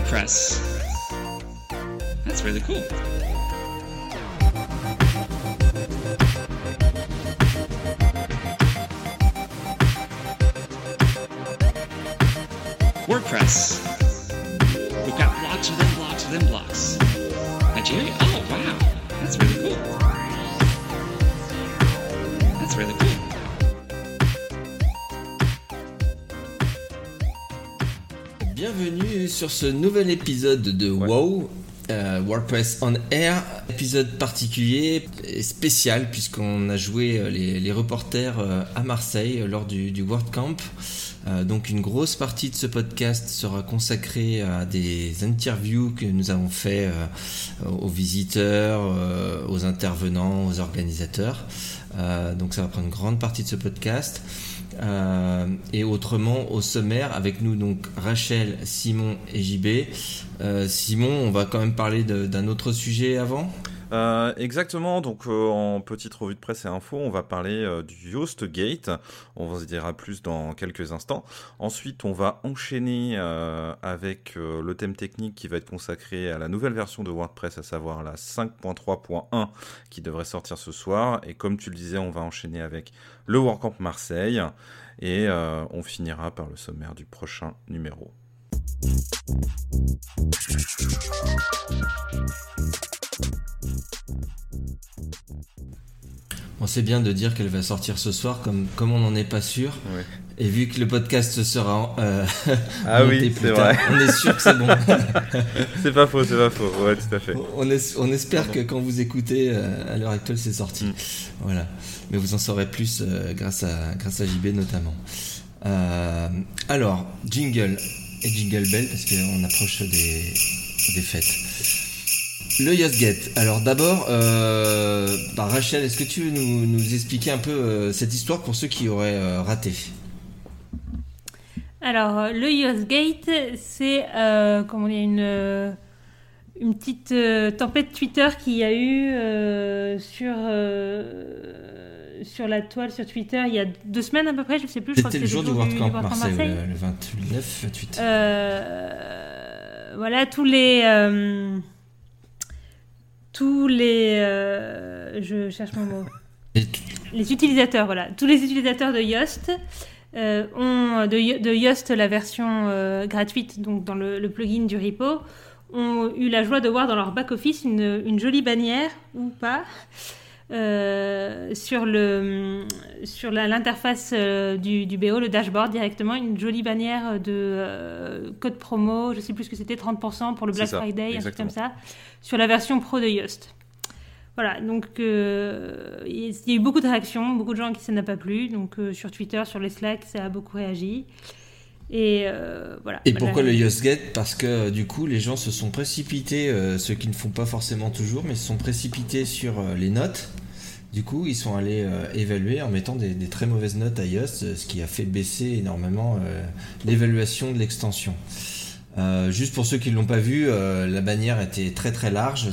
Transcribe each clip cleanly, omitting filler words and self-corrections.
WordPress. That's really cool. WordPress. We've got blocks within blocks within blocks. Nigeria? Oh, wow. That's really cool. That's really cool. Bienvenue sur ce nouvel épisode de WOW, WordPress on Air. Épisode particulier et spécial puisqu'on a joué les reporters à Marseille lors du WordCamp. Donc une grosse partie de ce podcast sera consacrée à des interviews que nous avons fait aux visiteurs, aux intervenants, aux organisateurs. Donc ça va prendre une grande partie de ce podcast. Et autrement au sommaire avec nous donc Rachel, Simon et JB. Simon, on va quand même parler d'un autre sujet avant. Exactement, donc en petite revue de presse et info, on va parler du Yoast Gate. On va se dire plus dans quelques instants. Ensuite, on va enchaîner avec le thème technique qui va être consacré à la nouvelle version de WordPress, à savoir la 5.3.1 qui devrait sortir ce soir. Et comme tu le disais, on va enchaîner avec le WordCamp Marseille et on finira par le sommaire du prochain numéro. Bon, c'est bien de dire qu'elle va sortir ce soir, comme on n'en est pas sûr. Ouais. Et vu que le podcast sera ah monté oui, plus c'est tard, vrai. on est sûr que c'est bon. c'est pas faux. Ouais, tout à fait. On espère que quand vous écoutez, à l'heure actuelle, c'est sorti. Voilà. Mais vous en saurez plus grâce à JB notamment. Alors, jingle et jingle bell, parce qu'on approche des fêtes. Le Yoast Gate. Alors d'abord, Rachel, est-ce que tu veux nous expliquer un peu cette histoire pour ceux qui auraient raté? Alors, le Yoast Gate, c'est une petite tempête Twitter qu'il y a eu sur la toile sur Twitter il y a 2 semaines à peu près, je ne sais plus. C'était le jour du WordCamp Marseille, le 29-28. Voilà, tous les je cherche mon mot. Les utilisateurs, voilà. Tous les utilisateurs de Yoast ont de Yoast la version gratuite, donc dans le plugin du repo, ont eu la joie de voir dans leur back-office une jolie bannière, ou pas, sur l'interface du BO, le dashboard directement, une jolie bannière de code promo, je sais plus ce que c'était, 30% pour le Black Friday, un truc comme ça, sur la version pro de Yoast. Voilà, donc il y a eu beaucoup de réactions, beaucoup de gens qui ça n'a pas plu, donc sur Twitter, sur les Slack, ça a beaucoup réagi. Et voilà. Et pourquoi le Yoast Gate? Parce que du coup, les gens se sont précipités, ceux qui ne font pas forcément toujours, mais se sont précipités sur les notes. Du coup, ils sont allés évaluer en mettant des très mauvaises notes à Yoast, ce qui a fait baisser énormément l'évaluation de l'extension. Juste pour ceux qui ne l'ont pas vu, la bannière était très très large,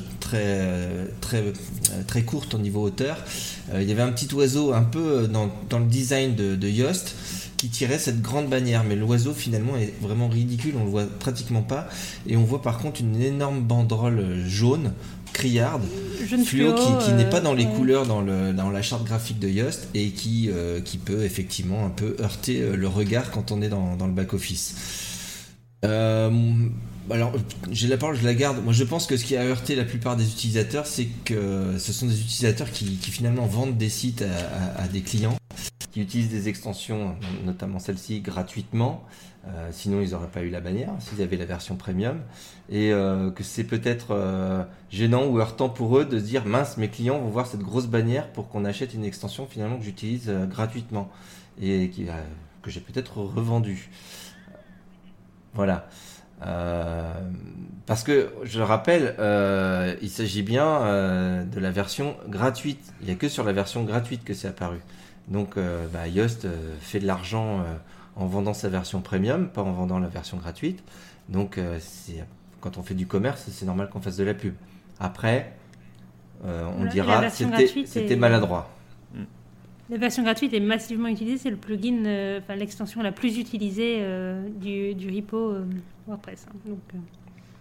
très courte au niveau hauteur. Il y avait un petit oiseau un peu dans le design de Yoast qui tirait cette grande bannière, mais l'oiseau finalement est vraiment ridicule, on le voit pratiquement pas, et on voit par contre une énorme banderole jaune criarde fluo qui n'est pas dans les couleurs dans la charte graphique de Yoast et qui peut effectivement un peu heurter le regard quand on est dans le back office. Alors j'ai la parole, je la garde. Moi je pense que ce qui a heurté la plupart des utilisateurs, c'est que ce sont des utilisateurs qui finalement vendent des sites à des clients qui utilisent des extensions, notamment celle-ci, gratuitement. Sinon ils n'auraient pas eu la bannière s'ils avaient la version premium, et que c'est peut-être gênant ou heurtant pour eux de se dire mince, mes clients vont voir cette grosse bannière pour qu'on achète une extension finalement que j'utilise gratuitement et que j'ai peut-être revendue. Voilà. Parce que je le rappelle, il s'agit bien de la version gratuite. Il n'y a que sur la version gratuite que c'est apparu. Donc Yoast fait de l'argent en vendant sa version premium, pas en vendant la version gratuite. Donc quand on fait du commerce, c'est normal qu'on fasse de la pub. Après, on dira c'était maladroit. La version gratuite est massivement utilisée, c'est le plugin, l'extension la plus utilisée du repo WordPress. Donc,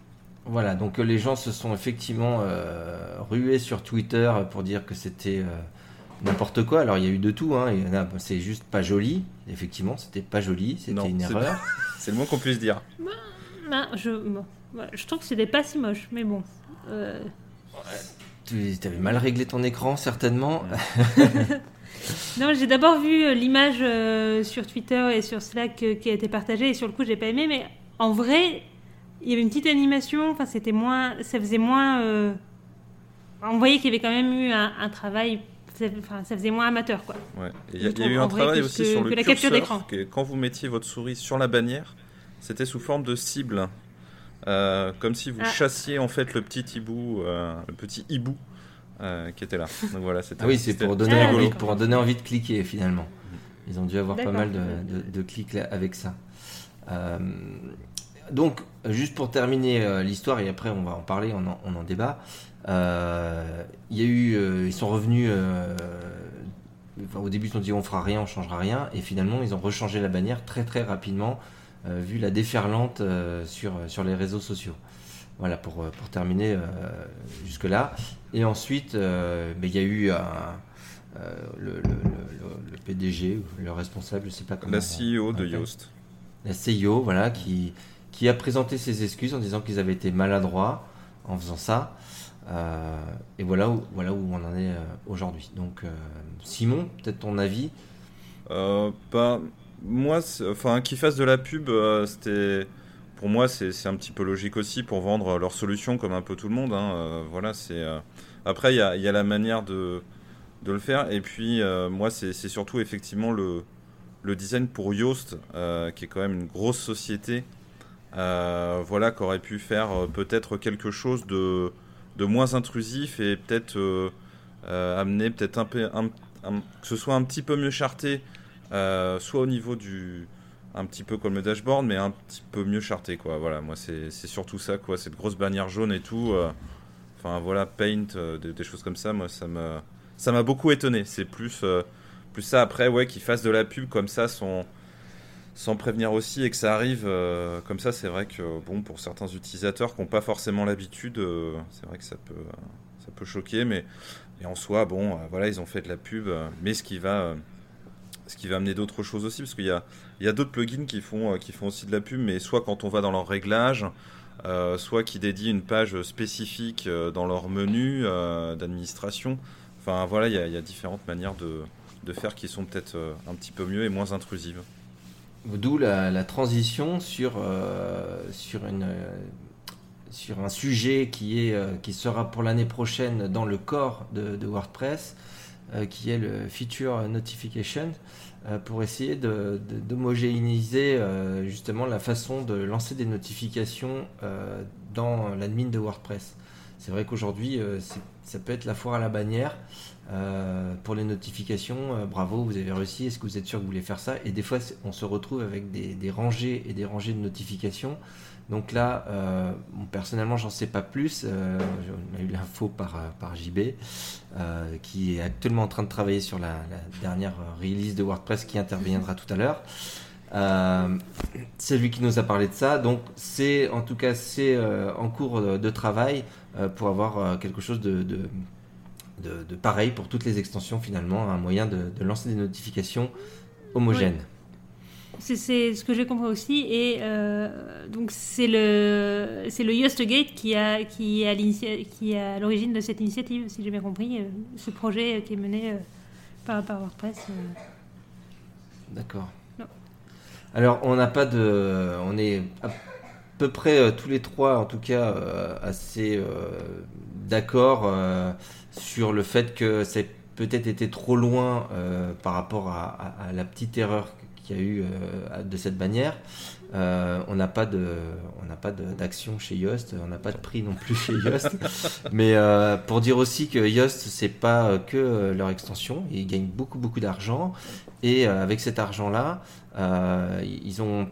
Voilà, donc les gens se sont effectivement rués sur Twitter pour dire que c'était n'importe quoi. Alors il y a eu de tout, hein. C'est juste pas joli. Effectivement, c'était pas joli, c'était une erreur. C'est le moins qu'on puisse dire. Je trouve que c'était pas si moche, mais bon. Tu avais mal réglé ton écran, certainement. Non, j'ai d'abord vu l'image sur Twitter et sur Slack qui a été partagée, et sur le coup, j'ai pas aimé, mais en vrai, il y avait une petite animation, enfin, ça faisait moins. On voyait qu'il y avait quand même eu un travail. Ça faisait moins amateur, quoi. Ouais. Il y a eu un travail aussi sur le la capture d'écran. Quand vous mettiez votre souris sur la bannière, c'était sous forme de cible, comme si vous chassiez en fait le petit hibou qui était là. Donc voilà, c'était. C'est pour donner envie de cliquer finalement. Ils ont dû avoir pas mal de clics là, avec ça. Donc, juste pour terminer l'histoire, et après on va en parler, on en débat. Il y a eu, ils sont revenus. Au début, ils ont dit on fera rien, on changera rien, et finalement, ils ont rechangé la bannière très très rapidement, vu la déferlante sur les réseaux sociaux. Voilà pour terminer jusque là. Et ensuite, il y a eu le PDG, le responsable, je sais pas comment. La CEO de Yoast. La CEO, voilà, qui a présenté ses excuses en disant qu'ils avaient été maladroits en faisant ça. Et voilà où on en est aujourd'hui. Donc, Simon, peut-être ton avis. Moi, qu'ils fassent de la pub, c'était. Pour moi, c'est un petit peu logique aussi pour vendre leur solution comme un peu tout le monde. Hein. Voilà, Après, il y a la manière de le faire. Et puis, moi, c'est surtout effectivement le design pour Yoast, qui est quand même une grosse société. Voilà, qui aurait pu faire peut-être quelque chose de moins intrusif et peut-être amener peut-être que ce soit un petit peu mieux charté, soit au niveau un petit peu comme le dashboard, mais un petit peu mieux charté, quoi. Voilà, moi c'est surtout ça, quoi. Cette grosse bannière jaune et tout. Enfin voilà, Paint, des choses comme ça. Moi ça m'a beaucoup étonné. C'est plus ça après, ouais, qu'ils fassent de la pub comme ça sans prévenir aussi et que ça arrive comme ça. C'est vrai que bon, pour certains utilisateurs qui n'ont pas forcément l'habitude, c'est vrai que ça peut choquer, mais et en soi, bon, voilà, ils ont fait de la pub, mais ce qui va amener d'autres choses aussi, parce qu'il y a d'autres plugins qui font aussi de la pub, mais soit quand on va dans leur réglage, soit qui dédient une page spécifique dans leur menu d'administration. Enfin voilà, il y a différentes manières de faire qui sont peut-être un petit peu mieux et moins intrusives. D'où la transition sur un sujet qui sera pour l'année prochaine dans le corps de WordPress, qui est le Feature Notification, pour essayer d'homogénéiser justement la façon de lancer des notifications dans l'admin de WordPress. C'est vrai qu'aujourd'hui, ça peut être la foire à la bannière pour les notifications. Bravo, vous avez réussi. Est-ce que vous êtes sûr que vous voulez faire ça? Et des fois, on se retrouve avec des rangées et des rangées de notifications. Donc là, personnellement, j'en sais pas plus. On a eu l'info par JB, qui est actuellement en train de travailler sur la dernière release de WordPress qui interviendra tout à l'heure. C'est lui qui nous a parlé de ça. Donc c'est en en cours de travail pour avoir quelque chose de pareil pour toutes les extensions, finalement, un moyen de lancer des notifications homogènes. Oui. C'est ce que j'ai compris aussi, et donc c'est le YoastGate qui est à l'origine de cette initiative, si j'ai bien compris, ce projet qui est mené par WordPress. D'accord. Non. Alors on est à peu près tous les trois, en tout cas, assez d'accord sur le fait que c'est peut-être été trop loin par rapport à la petite erreur qu'il y a eu de cette bannière. On n'a pas d'action chez Yoast, on n'a pas de prix non plus chez Yoast. Mais pour dire aussi que Yoast, c'est pas que leur extension, ils gagnent beaucoup d'argent, et avec cet argent-là, ils ont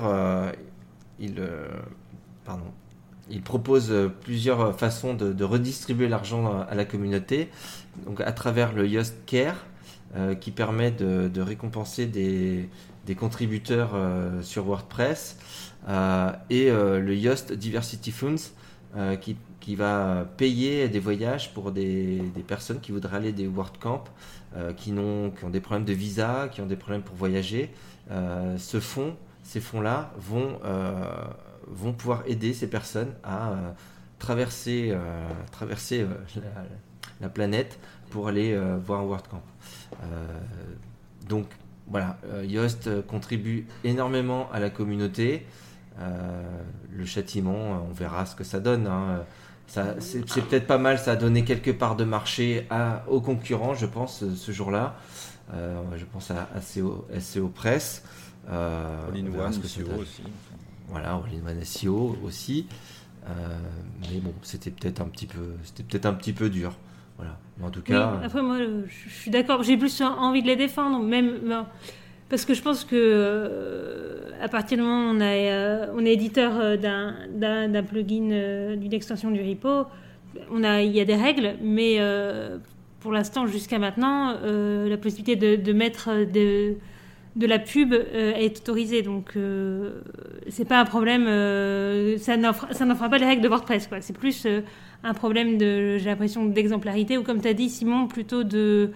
ils proposent plusieurs façons de redistribuer l'argent à la communauté, donc à travers le Yoast Care, qui permet de récompenser des contributeurs sur WordPress, et le Yoast Diversity Funds, qui va payer des voyages pour des personnes qui voudraient aller des WordCamp, qui ont des problèmes de visa, qui ont des problèmes pour voyager. Ces fonds-là vont pouvoir aider ces personnes à traverser la planète pour aller voir un WordCamp. Donc voilà, Yoast contribue énormément à la communauté. Le châtiment, on verra ce que ça donne. Hein. C'est peut-être pas mal, ça a donné quelques parts de marché aux concurrents, je pense, ce jour-là. Je pense à SEO Press. All-in-One SEO aussi. Voilà, All-in-One SEO aussi. Mais bon, c'était peut-être un petit peu dur. Voilà. Mais en tout cas. Oui, après, moi, je suis d'accord. J'ai plus envie de les défendre, parce que je pense que à partir du moment où on est éditeur d'un plugin, d'une extension du repo, il y a des règles, mais pour l'instant, jusqu'à maintenant, la possibilité de mettre de la pub est autorisée, donc c'est pas un problème. Ça n'enfreint pas les règles de WordPress, quoi. C'est plus un problème j'ai l'impression d'exemplarité, ou comme tu as dit, Simon, plutôt de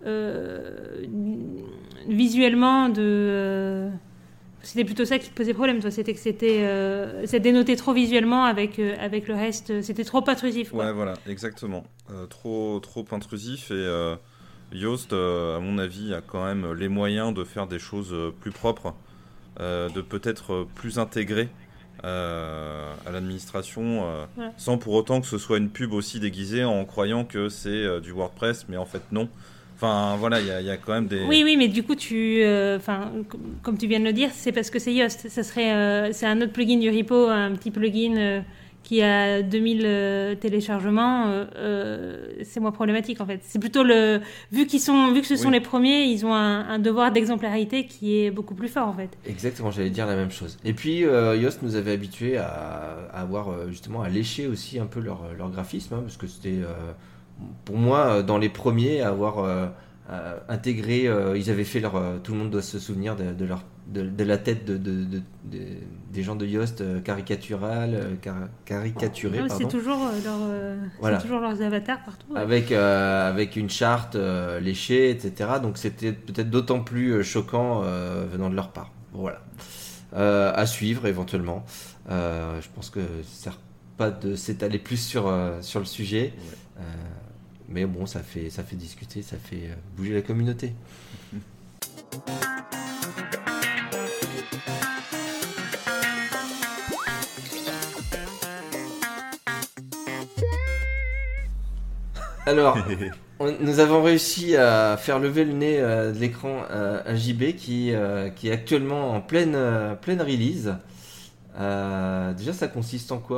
visuellement c'était plutôt ça qui te posait problème, toi. C'était que ça dénotait trop visuellement avec le reste. C'était trop intrusif, quoi. Ouais, voilà, exactement. Trop intrusif, et Yoast, à mon avis, a quand même les moyens de faire des choses plus propres, de peut-être plus intégrées à l'administration, voilà. Sans pour autant que ce soit une pub aussi déguisée en croyant que c'est du WordPress, mais en fait non. Enfin voilà, il y a quand même des... Oui, mais du coup, comme tu viens de le dire, c'est parce que c'est Yoast. C'est un autre plugin du repo, un petit plugin qui a 2000 téléchargements. C'est moins problématique, en fait. C'est plutôt vu que ce sont les premiers, ils ont un devoir d'exemplarité qui est beaucoup plus fort, en fait. Exactement, j'allais dire la même chose. Et puis, Yoast nous avait habitués à avoir justement à lécher aussi un peu leur graphisme, hein, parce que c'était... pour moi, dans les premiers, à avoir intégré, ils avaient fait tout le monde doit se souvenir de la tête des gens de Yoast caricaturés. Pardon. C'est toujours leurs avatars partout. Avec une charte léchée, etc. Donc c'était peut-être d'autant plus choquant venant de leur part. Voilà. À suivre éventuellement. Je pense que ça ne sert pas de s'étaler plus sur le sujet. Ouais. Mais bon, ça fait discuter, ça fait bouger la communauté. Alors, nous avons réussi à faire lever le nez de l'écran un JB qui est actuellement en pleine release. Déjà, ça consiste en quoi ?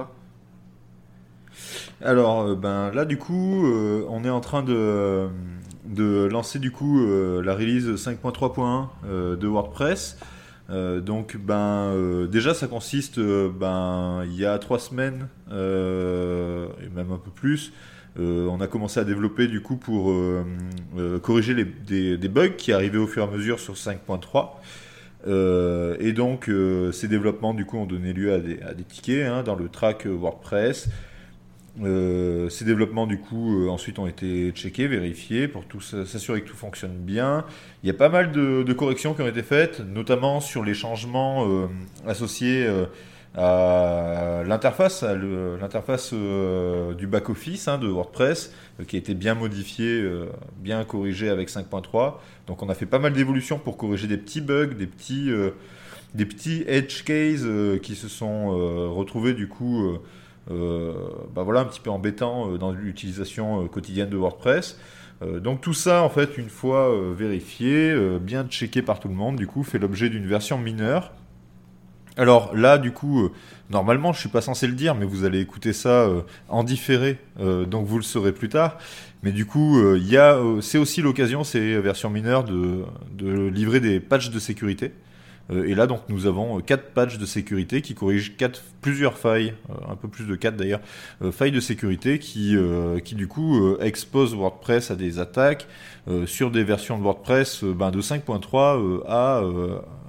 Alors, là, du coup, on est en train de lancer du coup la release 5.3.1 de WordPress. Donc, déjà, ça consiste, il y a 3 semaines, et même un peu plus, on a commencé à développer du coup pour corriger des bugs qui arrivaient au fur et à mesure sur 5.3. Et donc, ces développements du coup ont donné lieu à des tickets dans le track WordPress. Ces développements du coup ensuite ont été checkés, vérifiés pour s'assurer que tout fonctionne bien. Il y a pas mal de corrections qui ont été faites, notamment sur les changements associés à l'interface, du back-office de WordPress, qui a été bien modifié, bien corrigé avec 5.3. Donc on a fait pas mal d'évolutions pour corriger des petits bugs, des petits edge cases qui se sont retrouvés du coup un petit peu embêtant dans l'utilisation quotidienne de WordPress. Donc tout ça, en fait, une fois vérifié, bien checké par tout le monde, du coup, fait l'objet d'une version mineure. Alors là, du coup, normalement, je suis pas censé le dire, mais vous allez écouter ça en différé, donc vous le saurez plus tard. Mais du coup, c'est aussi l'occasion, ces versions mineures, de livrer des patchs de sécurité. Et là, donc, nous avons 4 patchs de sécurité qui corrigent plusieurs failles, un peu plus de 4 d'ailleurs, failles de sécurité qui du coup exposent WordPress à des attaques sur des versions de WordPress de 5.3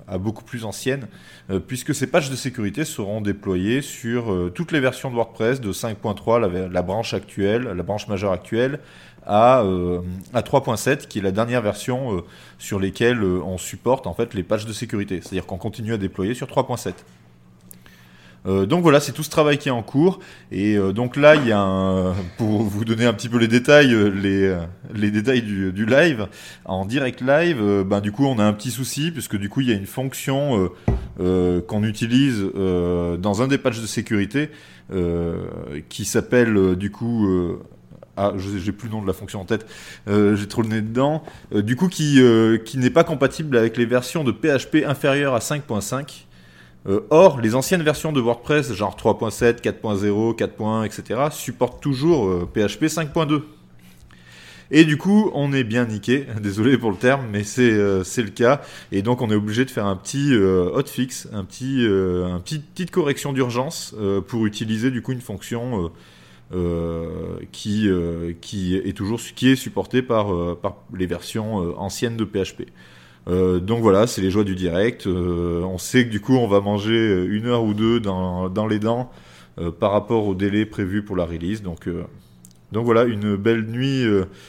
à beaucoup plus ancienne, puisque ces patchs de sécurité seront déployés sur toutes les versions de WordPress de 5.3, la branche actuelle, la branche majeure actuelle, à 3.7, qui est la dernière version sur lesquelles on supporte en fait les patchs de sécurité. C'est-à-dire qu'on continue à déployer sur 3.7. Donc voilà, c'est tout ce travail qui est en cours. Et donc là, il y a pour vous donner un petit peu les détails, les détails du live, en direct live, du coup, on a un petit souci, puisque du coup, il y a une fonction qu'on utilise dans un des patchs de sécurité qui s'appelle du coup... j'ai plus le nom de la fonction en tête, j'ai trop le nez dedans. Du coup, qui n'est pas compatible avec les versions de PHP inférieures à 5.5. Or, les anciennes versions de WordPress, genre 3.7, 4.0, 4.1, etc., supportent toujours PHP 5.2. Et du coup, on est bien niqué. Désolé pour le terme, mais c'est le cas. Et donc, on est obligé de faire un petit hotfix, petite correction d'urgence pour utiliser du coup une fonction qui est supportée par les versions anciennes de PHP. Donc voilà, c'est les joies du direct. On sait que du coup on va manger 1 heure ou 2 dans les dents par rapport au délai prévu pour la release. Donc voilà, une belle nuit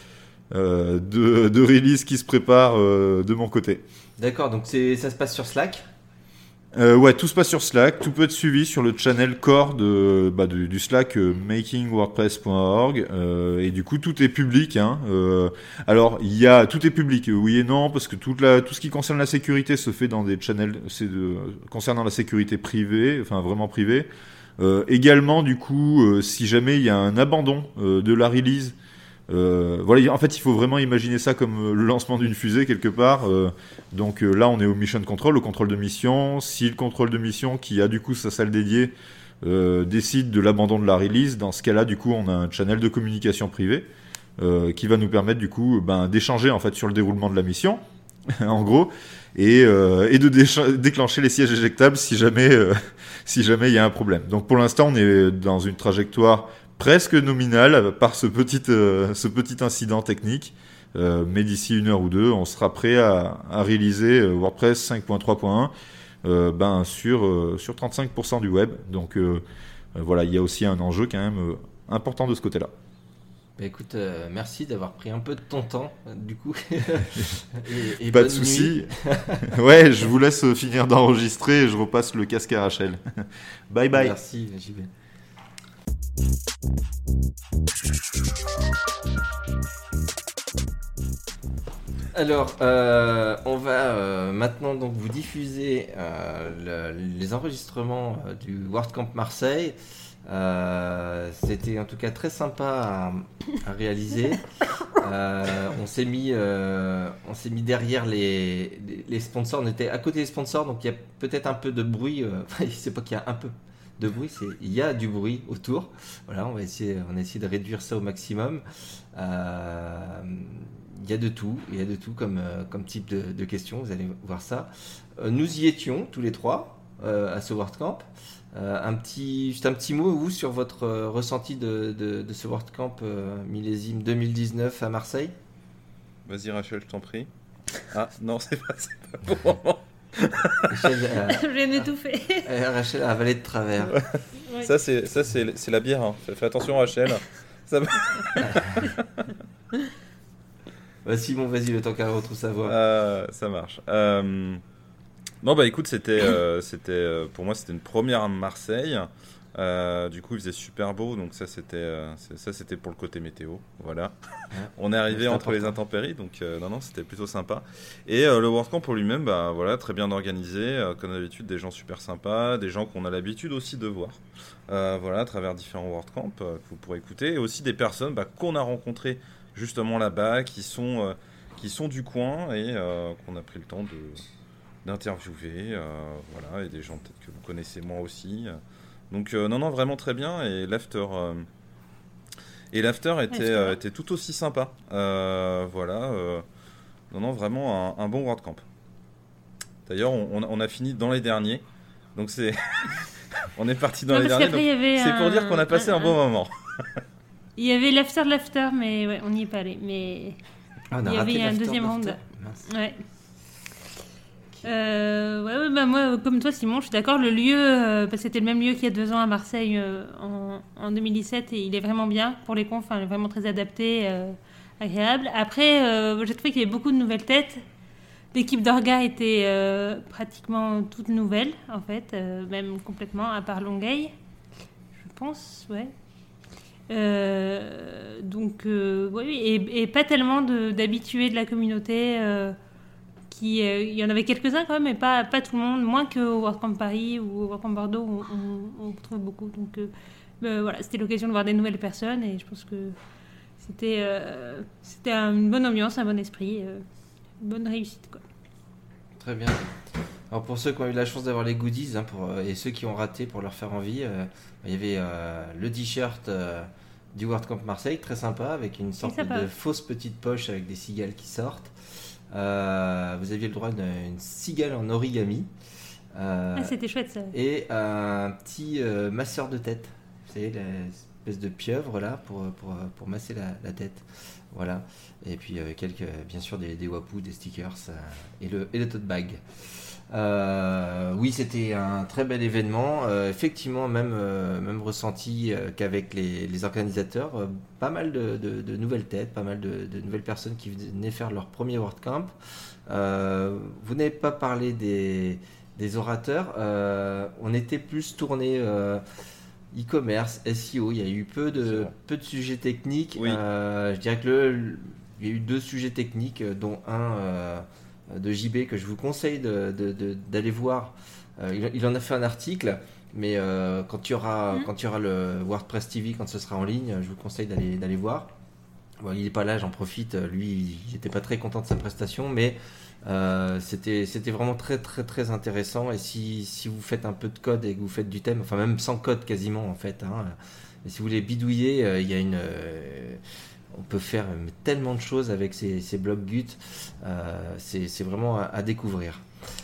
de release qui se prépare de mon côté. D'accord, donc ça se passe sur Slack ? Ouais, tout se passe sur Slack. Tout peut être suivi sur le channel core du Slack makingwordpress.org. Et du coup, tout est public. Alors, tout est public, oui et non, parce que tout ce qui concerne la sécurité se fait dans des channels concernant la sécurité privée, enfin vraiment privée. Également, du coup, si jamais il y a un abandon de la release, voilà, en fait, il faut vraiment imaginer ça comme le lancement d'une fusée quelque part. Donc là, on est au mission control, au contrôle de mission. Si le contrôle de mission, qui a du coup sa salle dédiée, décide de l'abandon de la release, dans ce cas-là, du coup, on a un channel de communication privé qui va nous permettre du coup d'échanger en fait sur le déroulement de la mission, en gros, et de déclencher les sièges éjectables si jamais il y a un problème. Donc pour l'instant, on est dans une trajectoire presque nominal par ce petit incident technique, mais d'ici 1 heure ou 2, on sera prêt à réaliser WordPress 5.3.1 sur 35% du web. Donc voilà, il y a aussi un enjeu quand même important de ce côté-là. Écoute, merci d'avoir pris un peu de ton temps, du coup. et pas de souci. Ouais, je vous laisse finir d'enregistrer et je repasse le casque à Rachel. Bye bye. Merci, j'y vais. Alors, on va maintenant donc vous diffuser les enregistrements du WordCamp Marseille. C'était en tout cas très sympa à réaliser. On s'est mis derrière les sponsors. On était à côté des sponsors, donc il y a peut-être un peu de bruit. C'est pas qu'il y a un peu de bruit, il y a du bruit autour. Voilà, on a essayé de réduire ça au maximum. Il y a de tout comme type de questions, vous allez voir ça. Nous y étions tous les trois à ce WordCamp. Juste un petit mot, vous, sur votre ressenti de ce WordCamp millésime 2019 à Marseille. Vas-y Rachel, je t'en prie. Ah non, c'est pas pour le moment. Je viens d'étouffer. Rachel a avalé de travers. Ouais. Ça c'est la bière. Hein. Fais attention Rachel. Ça... Simon, vas-y, le temps qu'elle retrouve sa voix. Ça marche. Non bah écoute, c'était pour moi c'était une première à Marseille. Du coup il faisait super beau, donc ça c'était pour le côté météo. Voilà. On est arrivé entre les intempéries, donc non c'était plutôt sympa. Et le WordCamp pour lui-même, bah voilà, très bien organisé, comme d'habitude, des gens super sympas, des gens qu'on a l'habitude aussi de voir. Voilà, à travers différents WordCamp que vous pourrez écouter, et aussi des personnes qu'on a rencontrées justement là-bas, qui sont du coin et qu'on a pris le temps d'interviewer, voilà, et des gens peut-être que vous connaissez moi aussi. Donc non, vraiment très bien, et l'after était tout aussi sympa. Voilà, non, vraiment un bon WordCamp. D'ailleurs, on a fini dans les derniers, donc c'est on est parti dans les derniers. Donc c'est pour dire qu'on a passé un bon moment. Il y avait l'after de l'after, mais ouais, on n'y est pas allé. Mais il y avait un deuxième round. Ouais. Moi, comme toi, Simon, je suis d'accord. Le lieu, parce que c'était le même lieu qu'il y a 2 ans à Marseille en 2017, et il est vraiment bien pour les confs, il est vraiment très adapté, agréable. Après, j'ai trouvé qu'il y avait beaucoup de nouvelles têtes. L'équipe d'orga était pratiquement toute nouvelle, en fait, même complètement, à part Longueuil, je pense, ouais. Et pas tellement d'habitués de la communauté. Il y en avait quelques-uns quand même, mais pas tout le monde, moins qu'au WordCamp Paris ou au WordCamp Bordeaux où on trouve beaucoup. Donc c'était l'occasion de voir des nouvelles personnes, et je pense que c'était une bonne ambiance, un bon esprit, une bonne réussite, quoi. Très bien. Alors pour ceux qui ont eu la chance d'avoir les goodies, et ceux qui ont raté, pour leur faire envie, il y avait le t-shirt du WordCamp Marseille, très sympa, avec une sorte de fausse petite poche avec des cigales qui sortent. Vous aviez le droit d'une cigale en origami. C'était chouette, ça. Et un petit masseur de tête. Vous savez, l'espèce de pieuvre là pour masser la tête. Voilà. Et puis bien sûr des wapous, des stickers et le tote bag. Oui, c'était un très bel événement. Effectivement, même ressenti qu'avavec les organisateurs. Pas mal de nouvelles têtes, pas mal de nouvelles personnes qui venaient faire leur premier WordCamp. Vous n'avez pas parlé des orateurs. On était plus tourné e-commerce, SEO. Il y a eu peu de sujets techniques. Oui. Je dirais que il y a eu 2 sujets techniques, dont un de JB que je vous conseille d'aller voir. Il en a fait un article, mais quand il y aura le WordPress TV, quand ce sera en ligne, je vous conseille d'aller voir. Bon, il n'est pas là, j'en profite. Lui, il n'était pas très content de sa prestation, mais c'était vraiment très très très intéressant. Et si vous faites un peu de code et que vous faites du thème, enfin même sans code quasiment en fait, et si vous voulez bidouiller, il y a on peut faire tellement de choses avec ces blocs Gut. C'est vraiment à découvrir.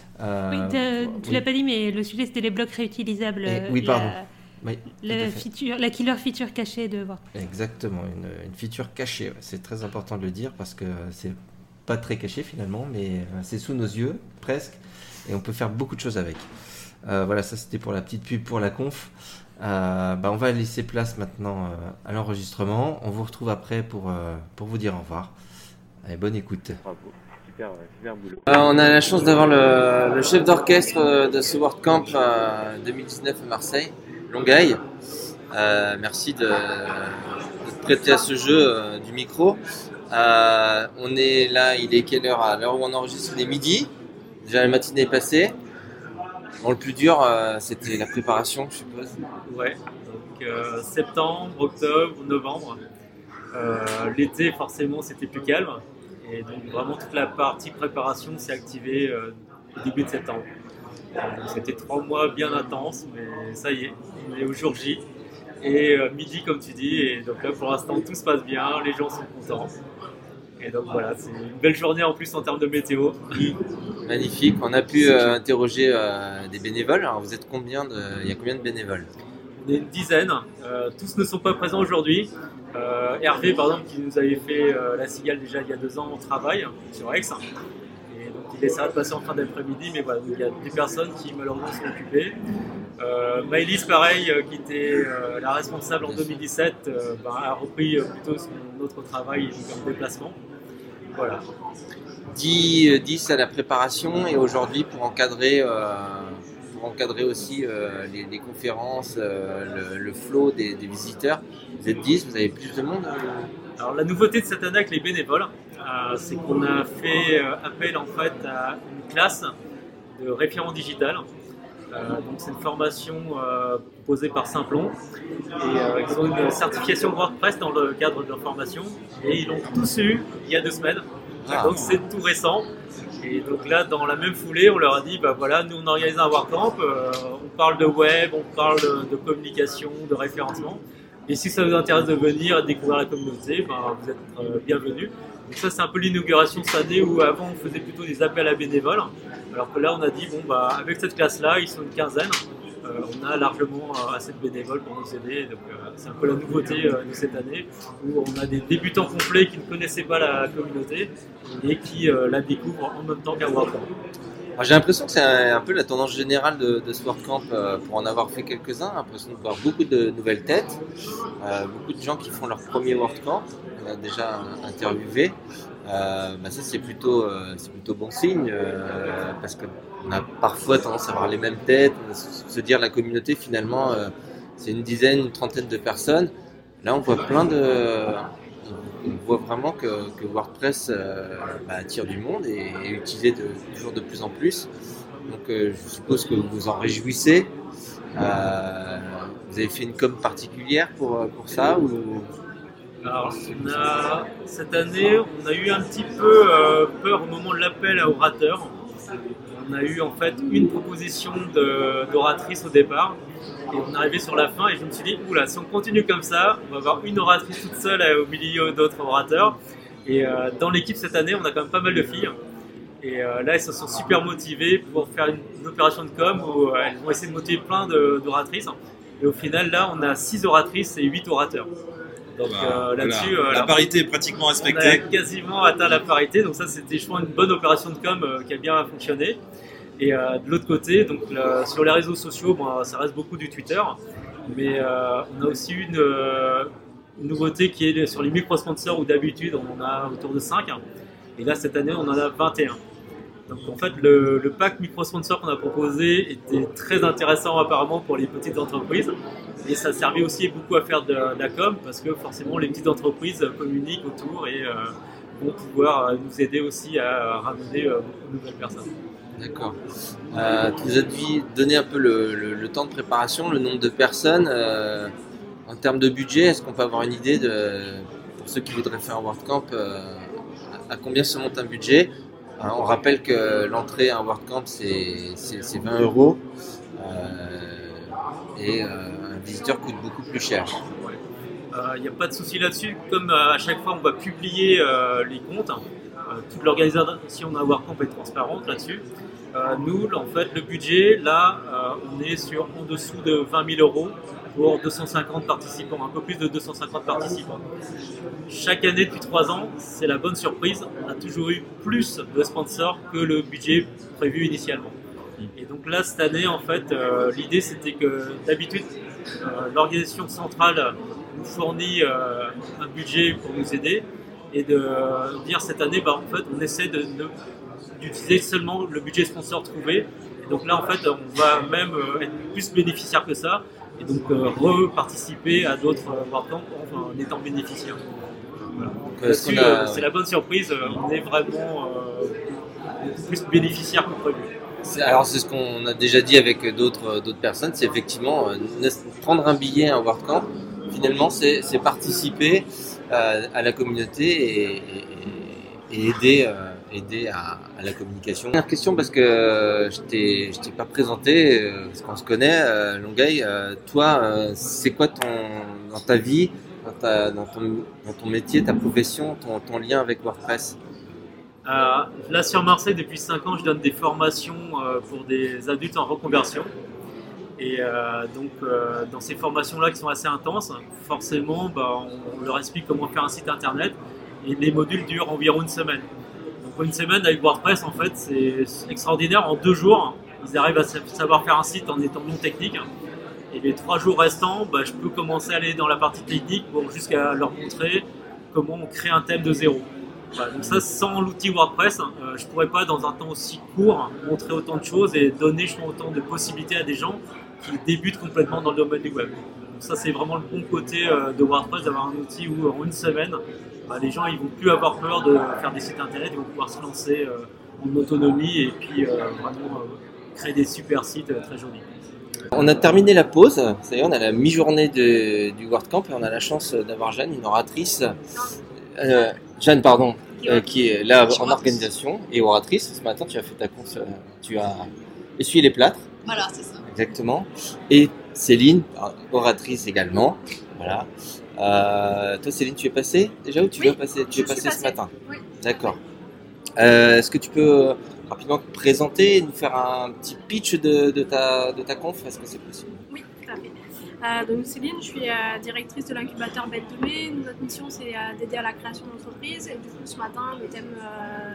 Tu l'as pas dit, mais le sujet c'était les blocs réutilisables. Oui, pardon. Oui, la killer feature cachée de WordPress. Exactement, une feature cachée. C'est très important de le dire parce que c'est pas très caché finalement, mais c'est sous nos yeux presque, et on peut faire beaucoup de choses avec. Voilà, ça c'était pour la petite pub pour la conf. On va laisser place maintenant à l'enregistrement. On vous retrouve après pour vous dire au revoir. Allez, bonne écoute. Bravo, super boulot. On a la chance d'avoir le chef d'orchestre de ce WordCamp 2019 à Marseille, Longueuil. Merci de te prêter à ce jeu du micro. On est là, il est quelle heure? À l'heure où on enregistre, il est midi. Déjà la matinée est passée. Bon, le plus dur, c'était la préparation, je suppose. Ouais, donc septembre, octobre, novembre. L'été, forcément, c'était plus calme. Et donc, vraiment, toute la partie préparation s'est activée au début de septembre. Donc, c'était 3 mois bien intenses, mais ça y est, on est au jour J. Et midi, comme tu dis. Et donc là, pour l'instant, tout se passe bien, les gens sont contents. Et donc voilà, c'est une belle journée en plus en termes de météo. Magnifique. On a pu interroger des bénévoles. Alors vous êtes combien il y a combien de bénévoles? On est une dizaine. Tous ne sont pas présents aujourd'hui. Hervé, par exemple, qui nous avait fait la cigale déjà il y a 2 ans, travaille sur Aix. Et donc il essaiera de passer en fin d'après-midi. Mais voilà, il y a des personnes qui malheureusement sont occupées. Maëlys, pareil, qui était la responsable en 2017, a repris plutôt son autre travail en déplacement. Voilà. 10 à la préparation et aujourd'hui pour encadrer aussi les conférences, le flow des visiteurs. Vous êtes 10, vous avez plus de monde? Alors la nouveauté de cette année avec les bénévoles, c'est qu'on a fait appel en fait à une classe de référent digital. Donc c'est une formation proposée par Simplon et ils ont une certification WordPress dans le cadre de leur formation et ils l'ont tous eu il y a 2 semaines. Donc c'est tout récent. Et donc là, dans la même foulée, on leur a dit, voilà, nous on organise un WordCamp, on parle de web, on parle de communication, de référencement. Et si ça vous intéresse de venir et de découvrir la communauté, vous êtes bienvenus. Donc ça, c'est un peu l'inauguration de cette année où avant on faisait plutôt des appels à bénévoles. Alors que là, on a dit, avec cette classe-là, ils sont une quinzaine. On a largement assez de bénévoles pour nous aider. Donc c'est un peu la nouveauté de cette année où on a des débutants complets qui ne connaissaient pas la communauté et qui la découvrent en même temps qu'un WordCamp. Alors, j'ai l'impression que c'est un peu la tendance générale de ce WordCamp, pour en avoir fait quelques-uns. J'ai l'impression de voir beaucoup de nouvelles têtes, beaucoup de gens qui font leur premier WordCamp. On a déjà interviewé. Ça c'est plutôt bon signe, parce qu'on a parfois tendance à voir les mêmes têtes, se dire la communauté finalement c'est une trentaine de personnes. Là on voit on voit vraiment que WordPress attire du monde et est utilisé toujours de plus en plus. Donc je suppose que vous vous en réjouissez. Vous avez fait une com particulière pour ça ou... Alors, cette année, on a eu un petit peu peur au moment de l'appel à orateurs. On a eu en fait une proposition d'oratrice au départ et on est arrivé sur la fin et je me suis dit oula, si on continue comme ça, on va avoir une oratrice toute seule au milieu d'autres orateurs. Et dans l'équipe cette année, on a quand même pas mal de filles. Et là, elles se sont super motivées pour faire une opération de com où elles vont essayer de motiver plein d'oratrices. Et au final, là, on a 6 oratrices et 8 orateurs. Donc là-dessus, la parité est pratiquement respectée. On a quasiment atteint la parité, donc ça c'était je pense une bonne opération de com qui a bien fonctionné. Et de l'autre côté, donc sur les réseaux sociaux, ça reste beaucoup du Twitter, mais on a aussi une nouveauté qui est sur les micro-sponsors où d'habitude on en a autour de 5, et là cette année on en a 21. Donc en fait le pack micro-sponsor qu'on a proposé était très intéressant apparemment pour les petites entreprises. Et ça servait aussi beaucoup à faire de la com parce que forcément les petites entreprises communiquent autour et vont pouvoir nous aider aussi à ramener beaucoup de nouvelles personnes. D'accord. Tu nous as donné un peu le temps de préparation, le nombre de personnes. En termes de budget, est-ce qu'on peut avoir une idée pour ceux qui voudraient faire un WordCamp, à combien se monte un budget? On rappelle que l'entrée à un WordCamp c'est 20 €. Et un visiteur coûte beaucoup plus cher. Il n'y a pas de souci là-dessus. Comme à chaque fois on va publier les comptes, toute l'organisation d'un WordCamp est transparente là-dessus. Nous, en fait, le budget, là, on est en dessous de 20 000 € pour 250 participants, un peu plus de 250 participants. Chaque année, depuis 3 ans, c'est la bonne surprise. On a toujours eu plus de sponsors que le budget prévu initialement. Et donc là, cette année, en fait, l'idée c'était que d'habitude, l'organisation centrale nous fournit un budget pour nous aider et de dire cette année, en fait, on essaie d'utiliser seulement le budget sponsor trouvé. Et donc là, en fait, on va même être plus bénéficiaire que ça et donc reparticiper à d'autres WordCamp en étant bénéficiaire. Voilà. C'est la bonne surprise, on est vraiment beaucoup plus bénéficiaire que prévu. Alors c'est ce qu'on a déjà dit avec d'autres personnes, c'est effectivement prendre un billet à un WordCamp, finalement c'est participer à la communauté et aider à la communication. Dernière question parce que je t'ai pas présenté, parce qu'on se connaît, Longueuil, toi c'est quoi dans ta vie, dans ton métier, ta profession, ton lien avec WordPress? Là sur Marseille depuis 5 ans je donne des formations pour des adultes en reconversion et donc dans ces formations là qui sont assez intenses forcément on leur explique comment faire un site internet et les modules durent environ une semaine. Donc une semaine avec WordPress en fait c'est extraordinaire, en 2 jours ils arrivent à savoir faire un site en étant non technique et les 3 jours restants je peux commencer à aller dans la partie technique jusqu'à leur montrer comment on crée un thème de zéro. Voilà, donc ça, sans l'outil WordPress, je ne pourrais pas dans un temps aussi court montrer autant de choses et donner autant de possibilités à des gens qui débutent complètement dans le domaine du web. Donc ça c'est vraiment le bon côté de WordPress, d'avoir un outil où en une semaine, les gens ils vont plus avoir peur de faire des sites internet, ils vont pouvoir se lancer en autonomie et puis vraiment créer des super sites très jolis. On a terminé la pause, ça y est, on a la mi-journée du WordCamp et on a la chance d'avoir Jeanne, une oratrice. Jeanne, pardon, qui est là en organisation et oratrice. Ce matin, tu as fait ta course, tu as essuyé les plâtres. Voilà, c'est ça. Exactement. Et Céline, oratrice également. Voilà. Toi, Céline, tu es passée déjà ou tu vas passer? Tu es passée ce matin. Oui. D'accord. Est-ce que tu peux rapidement te présenter et nous faire un petit pitch de ta conf? Est-ce que c'est possible? Oui, tout à fait. Donc Céline, je suis directrice de l'incubateur Belle de Mai. Notre mission c'est d'aider à la création d'entreprises et du coup ce matin le thème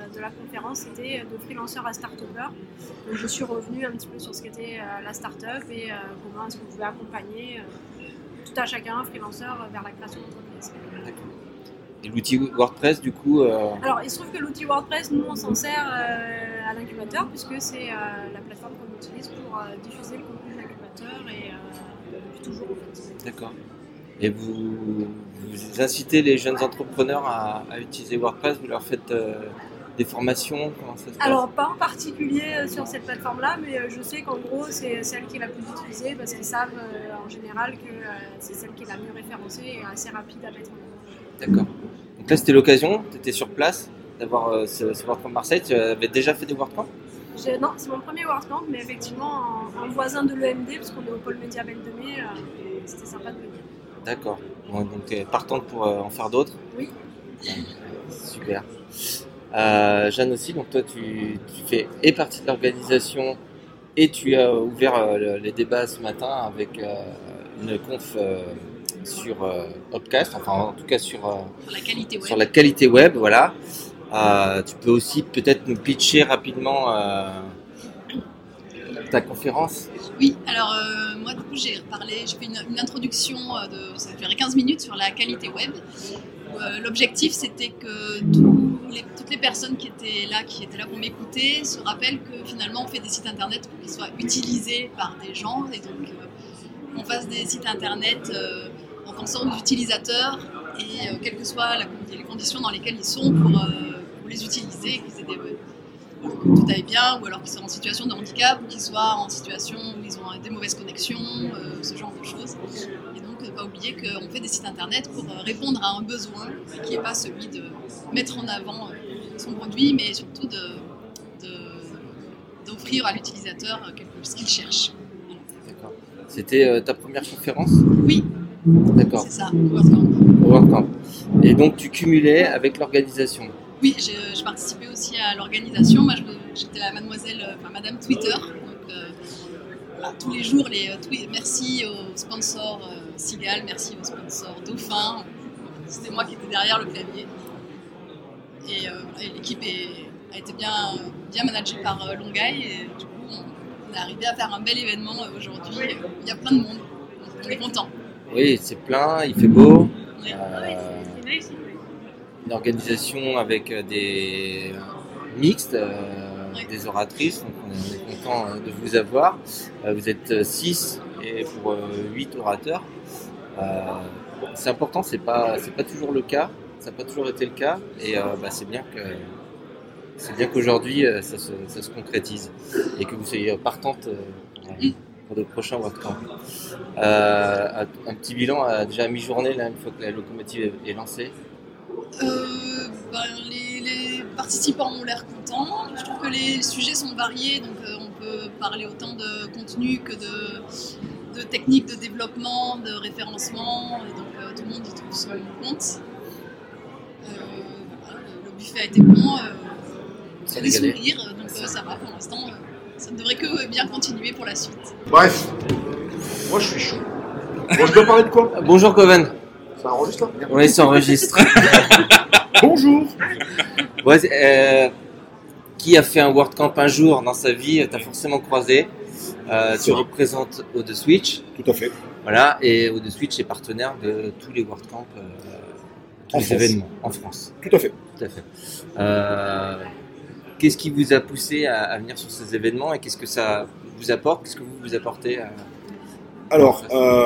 de la conférence, c'était de freelanceur à start-upper. Donc je suis revenue un petit peu sur ce qu'était la start-up et comment est-ce qu'on pouvait accompagner tout à chacun, freelanceur, vers la création d'entreprise. D'accord. Et l'outil WordPress, du coup Alors, il se trouve que l'outil WordPress, nous, on s'en sert à l'incubateur, puisque c'est la plateforme qu'on utilise pour diffuser le contenu de l'incubateur et depuis toujours, en fait. D'accord. Et vous incitez les jeunes entrepreneurs à utiliser WordPress, vous leur faites des formations, comment ça se passe? Alors, pas en particulier sur cette plateforme-là, mais je sais qu'en gros, c'est celle qui est la plus utilisée, parce qu'ils savent en général que c'est celle qui est la mieux référencée et assez rapide à mettre en œuvre. D'accord. Donc là, c'était l'occasion, tu étais sur place, d'avoir ce WordCamp Marseille. Tu avais déjà fait des WordCamp? Non, c'est mon premier WordCamp, mais effectivement, en voisin de l'EMD, parce qu'on est au pôle média Belle de Mai, c'était sympa de venir. D'accord. Bon, donc tu es partante pour en faire d'autres? Oui. Super. Jeanne aussi, donc toi tu fais partie de l'organisation et tu as ouvert les débats ce matin avec une conf sur Upcast, enfin en tout cas sur la qualité web, voilà. Tu peux aussi peut-être nous pitcher rapidement ta conférence? Oui, alors moi du coup j'ai fait une introduction ça durait 15 minutes sur la qualité web. L'objectif c'était que toutes les personnes qui étaient là pour m'écouter se rappellent que finalement on fait des sites internet pour qu'ils soient utilisés par des gens et donc on fasse des sites internet en pensant aux utilisateurs et quelles que soient les conditions dans lesquelles ils sont pour les utiliser, qu'ils aient que tout aille bien, ou alors qu'ils soient en situation de handicap, ou qu'ils soient en situation où ils ont des mauvaises connexions, ce genre de choses. Et donc, ne pas oublier qu'on fait des sites internet pour répondre à un besoin qui n'est pas celui de mettre en avant son produit, mais surtout d'offrir à l'utilisateur ce qu'il cherche. Voilà. D'accord. C'était ta première conférence? Oui. D'accord. C'est ça, au WordCamp. Et donc, tu cumulais avec l'organisation? Oui, je participais aussi à l'organisation. Moi, j'étais la Madame Twitter. Donc, voilà, tous les jours, merci aux sponsors Sigal, merci aux sponsors Dauphin. C'était moi qui étais derrière le clavier. Et l'équipe a été bien managée par Longai. Et du coup, on est arrivé à faire un bel événement aujourd'hui. Il y a plein de monde. On est content. Oui, c'est plein, il fait beau. Oui. Une organisation avec des mixtes, des oratrices, donc on est content de vous avoir. Vous êtes 6 et pour 8 orateurs. C'est important, c'est pas toujours le cas, ça n'a pas toujours été le cas, et c'est bien qu'aujourd'hui ça se concrétise et que vous soyez partante pour de prochains WordCamp. Un petit bilan déjà à mi-journée là, une fois que la locomotive est lancée. Les participants ont l'air contents. Je trouve que les sujets sont variés, donc on peut parler autant de contenu que de techniques de développement, de référencement, et donc tout le monde y trouve son compte. Le buffet a été bon, des sourires, donc ça va pour l'instant. Ça ne devrait que bien continuer pour la suite. Bref, moi je suis chaud. Bon, je dois parler de quoi? Bonjour Coven. Ça enregistre là? Oui, ça enregistre. Bonjour. Ouais, qui a fait un WordCamp un jour dans sa vie, t'as forcément croisé. Tu représentes O2Switch. Tout à fait. Voilà, et O2Switch est partenaire de tous les WordCamp, tous les événements en France. Tout à fait. Tout à fait. Qu'est-ce qui vous a poussé à venir sur ces événements et qu'est-ce que ça vous apporte? Qu'est-ce que vous apportez Alors,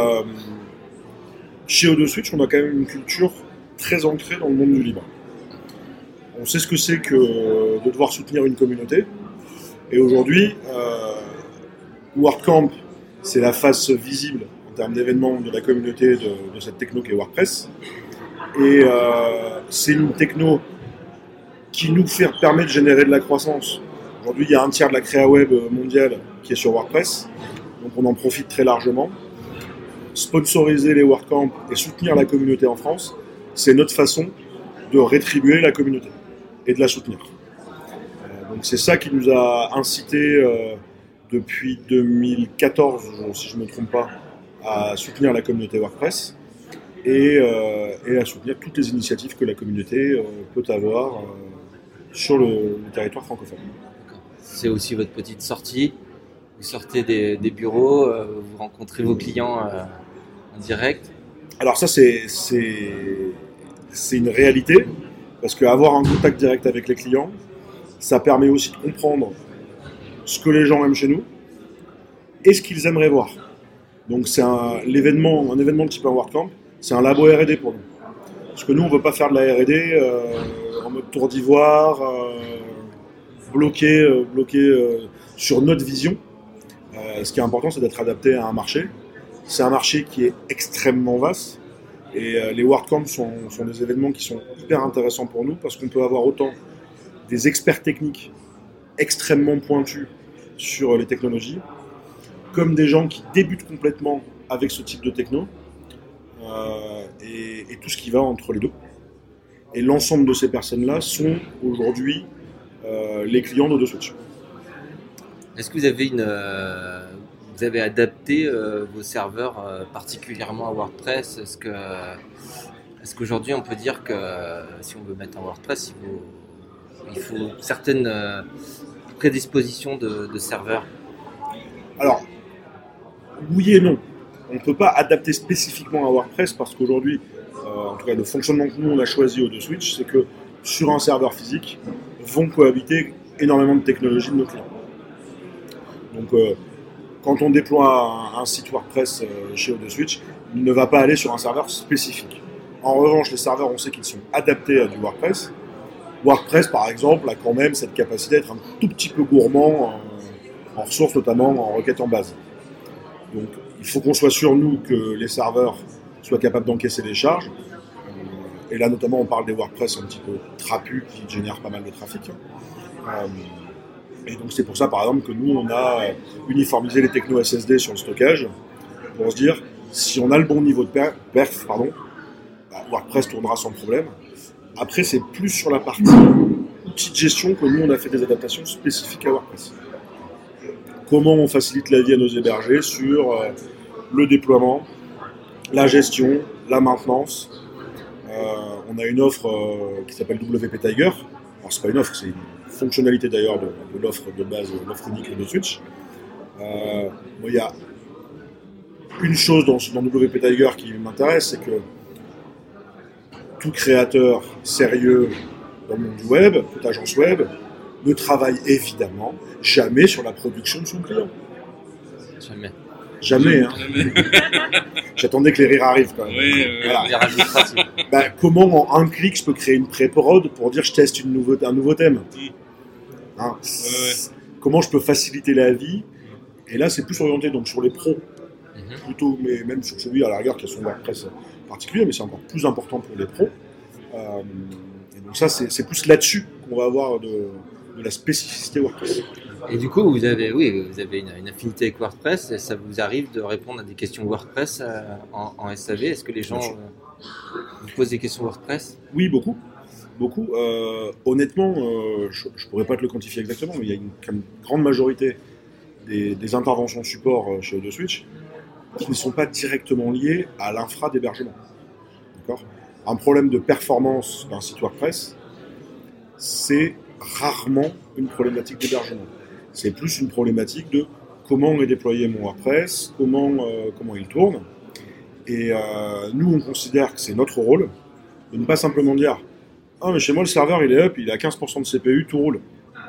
chez O2Switch, on a quand même une culture très ancrée dans le monde du libre. On sait ce que c'est que de devoir soutenir une communauté. Et aujourd'hui, WordCamp, c'est la face visible en termes d'événements de la communauté de cette techno qui est WordPress. Et c'est une techno qui nous permet de générer de la croissance. Aujourd'hui, il y a un tiers de la créa web mondiale qui est sur WordPress, donc on en profite très largement. Sponsoriser les WordCamp et soutenir la communauté en France, c'est notre façon de rétribuer la communauté et de la soutenir. Donc c'est ça qui nous a incité depuis 2014, si je ne me trompe pas, à soutenir la communauté WordPress et à soutenir toutes les initiatives que la communauté peut avoir sur le territoire francophone. C'est aussi votre petite sortie. Vous sortez des bureaux, vous rencontrez vos clients en direct. Alors ça, c'est une réalité, parce qu'avoir un contact direct avec les clients, ça permet aussi de comprendre ce que les gens aiment chez nous et ce qu'ils aimeraient voir. Donc c'est un événement de type un WordCamp, c'est un labo R&D pour nous. Parce que nous, on ne veut pas faire de la R&D en mode tour d'ivoire, bloqué sur notre vision. Ce qui est important, c'est d'être adapté à un marché. C'est un marché qui est extrêmement vaste. Et les WordCamp sont des événements qui sont hyper intéressants pour nous parce qu'on peut avoir autant des experts techniques extrêmement pointus sur les technologies, comme des gens qui débutent complètement avec ce type de techno, et tout ce qui va entre les deux. Et l'ensemble de ces personnes-là sont aujourd'hui les clients de Switch. Est-ce que vous avez vous avez adapté vos serveurs particulièrement à WordPress? Est-ce qu'aujourd'hui on peut dire que si on veut mettre un WordPress, il faut certaines prédispositions de serveurs? Alors, oui et non. On ne peut pas adapter spécifiquement à WordPress parce qu'aujourd'hui, en tout cas le fonctionnement que nous on a choisi au Switch, c'est que sur un serveur physique vont cohabiter énormément de technologies de nos clients. Donc quand on déploie un site WordPress chez Switch, il ne va pas aller sur un serveur spécifique. En revanche, les serveurs, on sait qu'ils sont adaptés à du WordPress. WordPress, par exemple, a quand même cette capacité d'être un tout petit peu gourmand en ressources, notamment en requêtes en base. Donc, il faut qu'on soit sûr, nous, que les serveurs soient capables d'encaisser les charges. Et là, notamment, on parle des WordPress un petit peu trapus qui génèrent pas mal de trafic. Et donc, c'est pour ça, par exemple, que nous, on a uniformisé les technos SSD sur le stockage pour se dire, si on a le bon niveau de perf, WordPress tournera sans problème. Après, c'est plus sur la partie outils de gestion que nous, on a fait des adaptations spécifiques à WordPress. Comment on facilite la vie à nos hébergés sur le déploiement, la gestion, la maintenance. On a une offre qui s'appelle WP Tiger. Alors, c'est pas une offre, c'est une fonctionnalité d'ailleurs de l'offre de base, l'offre unique de Switch. Il y a une chose dans WP Tiger qui m'intéresse, c'est que tout créateur sérieux dans le monde du web, toute agence web, ne travaille évidemment jamais sur la production de son client. Jamais. Hein. J'attendais que les rires arrivent quand même. Oui, voilà. Comment en un clic je peux créer une pré-prod pour dire je teste un nouveau thème, hein, comment je peux faciliter la vie? Et là c'est plus orienté donc sur les pros plutôt, mais même sur celui à la rigueur qui a son WordPress particulier, mais c'est encore plus important pour les pros. Et donc ça c'est plus là-dessus qu'on va avoir de la spécificité WordPress. Et du coup, vous avez une affinité avec WordPress et ça vous arrive de répondre à des questions WordPress en SAV. Est-ce que les gens vous posent des questions WordPress? Oui, beaucoup. Honnêtement, je ne pourrais pas te le quantifier exactement, mais il y a une grande majorité des interventions support chez Switch qui ne sont pas directement liées à l'infra d'hébergement. D'accord ? Un problème de performance d'un site WordPress, c'est rarement une problématique d'hébergement. C'est plus une problématique de comment est déployé mon WordPress, comment il tourne. Et nous, on considère que c'est notre rôle de ne pas simplement dire « Ah, mais chez moi, le serveur, il est up, il a 15% de CPU, tout roule. »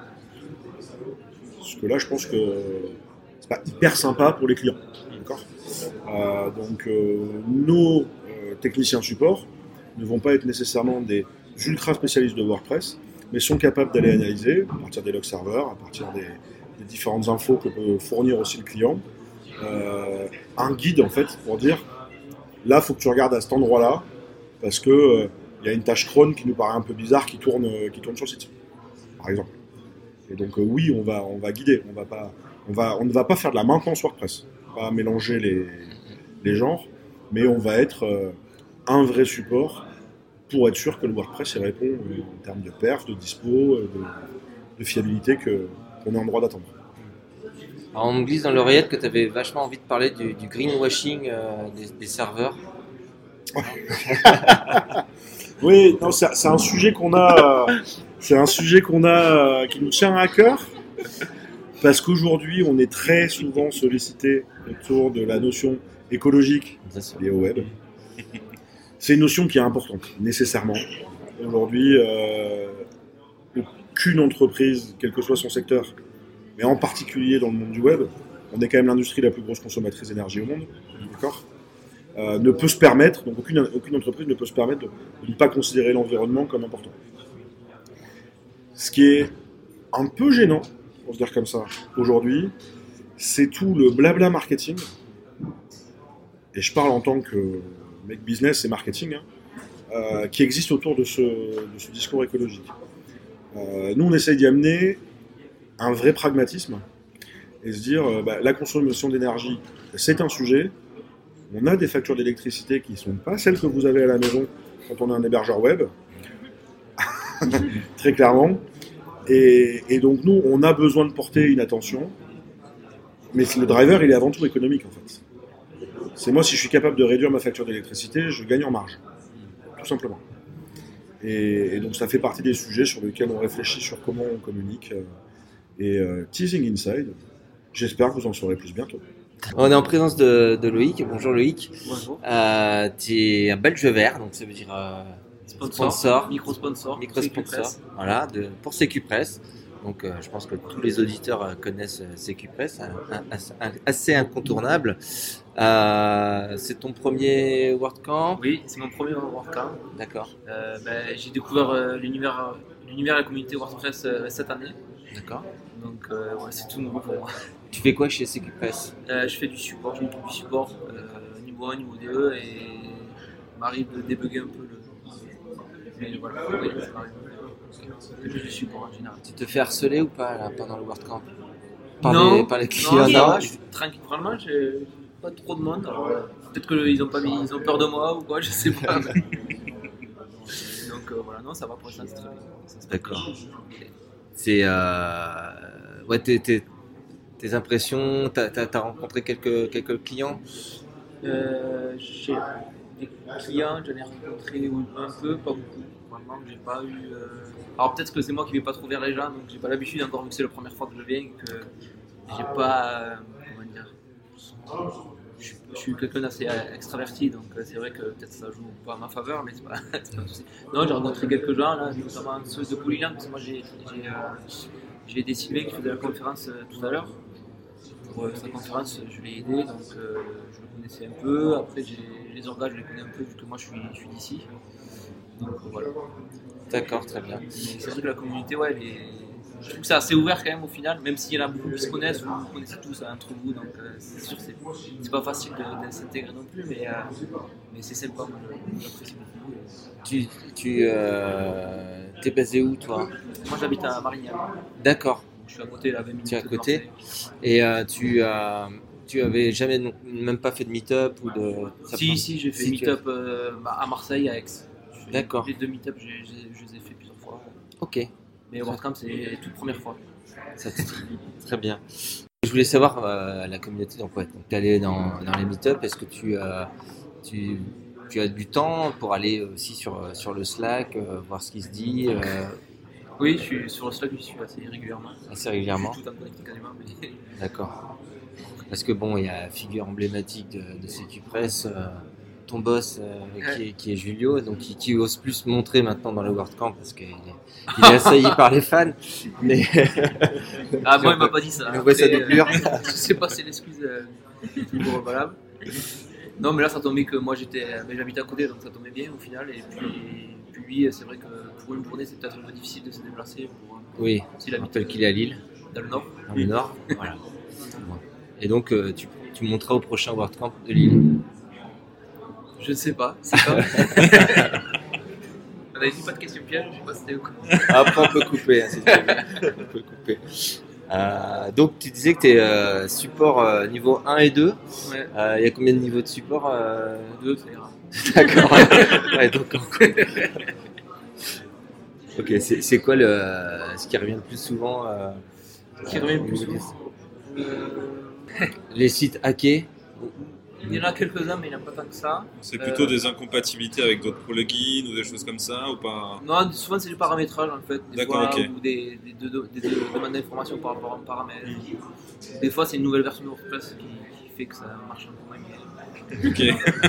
Parce que là, je pense que c'est pas hyper sympa pour les clients. D'accord ? Donc, nos techniciens support ne vont pas être nécessairement des ultra spécialistes de WordPress, mais sont capables d'aller analyser, à partir des log serveurs, à partir des différentes infos que peut fournir aussi le client, un guide en fait pour dire là il faut que tu regardes à cet endroit-là parce que y a une tâche cron qui nous paraît un peu bizarre qui tourne sur le site, par exemple. Et donc oui, on va guider, on ne va pas faire de la maintenance WordPress, on va pas mélanger les genres, mais on va être un vrai support pour être sûr que le WordPress il répond en termes de perf, de dispo, de fiabilité qu'on est en droit d'attendre. Alors on me glisse dans l'oreillette que tu avais vachement envie de parler du greenwashing des serveurs. Oui, non, c'est un sujet qu'on a C'est un sujet qui nous tient à cœur, parce qu'aujourd'hui, on est très souvent sollicité autour de la notion écologique liée au web. C'est une notion qui est importante, nécessairement. Aujourd'hui, aucune entreprise, quel que soit son secteur, mais en particulier dans le monde du web, on est quand même l'industrie la plus grosse consommatrice d'énergie au monde, d'accord ? Ne peut se permettre, donc aucune entreprise ne peut se permettre de ne pas considérer l'environnement comme important. Ce qui est un peu gênant, pour se dire comme ça, aujourd'hui, c'est tout le blabla marketing, et je parle en tant que mec business et marketing, qui existe autour de ce discours écologique. Nous, on essaye d'y amener un vrai pragmatisme, et se dire, la consommation d'énergie, c'est un sujet. On a des factures d'électricité qui ne sont pas celles que vous avez à la maison quand on a un hébergeur web, très clairement. Et donc nous, on a besoin de porter une attention, mais le driver, il est avant tout économique en fait. C'est moi, si je suis capable de réduire ma facture d'électricité, je gagne en marge, tout simplement. Et donc ça fait partie des sujets sur lesquels on réfléchit sur comment on communique. Teasing Inside, j'espère que vous en saurez plus bientôt. On est en présence de Loïc. Bonjour Loïc. Bonjour. Tu es un belge vert, donc ça veut dire sponsor, micro-sponsor. Voilà, pour CQPress. Donc je pense que tous les auditeurs connaissent CQPress, assez incontournable. C'est ton premier WordCamp ? Oui, c'est mon premier WordCamp. D'accord. J'ai découvert l'univers et la communauté WordPress cette année. D'accord. Donc c'est tout nouveau pour moi. Tu fais quoi chez CQPress ? Je fais du support, je m'occupe du support niveau 1, niveau 2 et il m'arrive de débugger un peu mais voilà, c'est plus du support en général. Tu te fais harceler ou pas là, pendant le WordCamp ? Par les Non, clients ? ça va, je suis tranquille. Vraiment, j'ai pas trop de monde. Alors, peut-être qu'ils ont peur de moi ou quoi, je sais pas. Donc voilà, non, ça va pour l'instant, c'est très bien. D'accord. C'est tes impressions, t'as rencontré quelques clients ? J'ai des clients, j'en ai rencontré un peu, pas beaucoup. Vraiment, j'ai pas eu. Alors peut-être que c'est moi qui vais pas trop vers les gens, donc j'ai pas l'habitude encore vu que c'est la première fois que je viens et que j'ai pas. Comment dire. Je suis quelqu'un d'assez extraverti, donc c'est vrai que peut-être ça joue pas à ma faveur, mais c'est pas un souci. Non, j'ai rencontré quelques gens, là, notamment ceux de Polyland, parce que moi j'ai aidé Sylvain qui faisait la conférence tout à l'heure. Pour sa conférence, je l'ai aidé, donc je le connaissais un peu. Après, les orgas, je les connais un peu, vu que moi je suis d'ici. Donc voilà. D'accord, très bien. C'est vrai que la communauté, ouais, je trouve que c'est assez ouvert quand même au final, même s'il y en a beaucoup qui se connaissent, vous connaissez tous entre vous, donc c'est sûr que c'est pas facile de s'intégrer non plus, mais c'est sympa, moi j'apprécie beaucoup. Tu es basé où toi ? Moi j'habite à Marignane. D'accord. Je suis à côté, là, 20 minutes. Tu es à côté. Et tu avais jamais même pas fait de meet-up ou de. Si, j'ai fait meet-up à Marseille, à Aix. D'accord. Les deux meet-up, je les ai fait plusieurs fois. Ok. Mais WordCamp, c'est la toute première fois. Très bien. Je voulais savoir la communauté, donc tu es allé dans les meet-up, est-ce que tu as du temps pour aller aussi sur le Slack, voir ce qui se dit Oui, je suis sur le Slack, je suis assez régulièrement. Assez régulièrement. Je suis tout le temps connecté quasiment. Mais... D'accord. Parce que bon, il y a la figure emblématique de CQPress, ton boss qui est Julio, donc qui ose plus se montrer maintenant dans le WordCamp parce qu'il est assailli par les fans. Mais moi il m'a pas dit ça. On voit sa doublure. Je sais pas si c'est l'excuse toujours valable. Non, mais là ça tombait que moi j'habite à côté, donc ça tombait bien au final. Et puis lui, c'est vrai que pour une journée c'est peut-être un peu difficile de se déplacer. Oui, je rappelle qu'il est à Lille. Dans le nord. Dans le nord, voilà. Et donc tu monteras au prochain WordCamp de Lille. Je ne sais pas, c'est pas. On avait dit pas de question piège, je sais pas si c'était où. Après on peut couper, c'est très bien. On peut couper. Donc tu disais que tu es support niveau 1 et 2. Ouais. Il y a combien de niveaux de support 2, ça ira. D'accord. Ouais, donc ok, c'est quoi ce qui revient le plus souvent qui revient le plus souvent Les sites hackés. Il y en a quelques-uns, mais il n'y en a pas tant que ça. C'est plutôt des incompatibilités avec d'autres plugins ou des choses comme ça ou pas? Non, souvent c'est du paramétrage en fait. D'accord, ok. Ou des demandes d'informations par rapport à un paramètre. Des fois, c'est une nouvelle version de WordPress qui fait que ça marche un peu moins bien. Ok.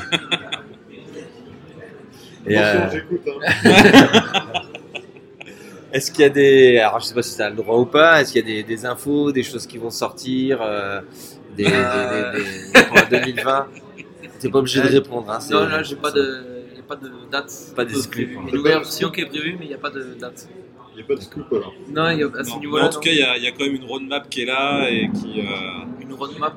Et j'écoute. Hein. Est-ce qu'il y a des... Alors je sais pas si tu as le droit ou pas, est-ce qu'il y a des infos, des choses qui vont sortir pour 2020? T'es pas obligé de répondre. Hein, non, là, j'ai pas de date. Pas d'exclus. Il y a une nouvelle version qui est prévue, mais il n'y a pas de date. Il n'y a pas de scoop alors. Non, il y a à ce niveau-là. En tout cas, il y a quand même une roadmap qui est là et qui. Une roadmap,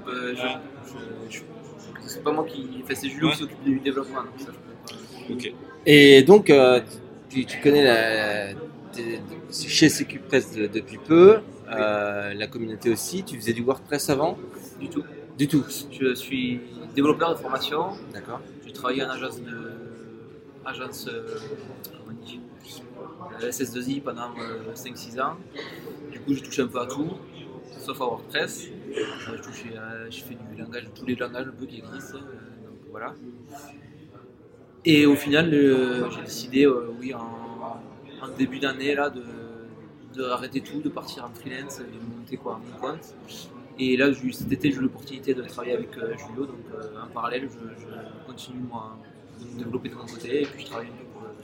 c'est pas moi qui. Enfin, c'est Julio qui s'occupe du développement. Donc ça, Ok. Et donc, tu connais chez CQPress depuis peu, la communauté aussi. Tu faisais du WordPress avant? Du tout. Du tout. Je suis développeur de formation. D'accord. J'ai travaillé en agence SS2I pendant 5-6 ans. Du coup, j'ai touché un peu à tout, sauf à WordPress. Je fais du langage, tous les langages un peu qui existent. Donc voilà. Et au final, j'ai décidé, en début d'année, là, de arrêter tout, de partir en freelance, de monter à mon compte. Et là, cet été, j'ai eu l'opportunité de travailler avec Julio, donc en parallèle, je continue moi, de me développer de mon côté, et puis je travaille un peu pour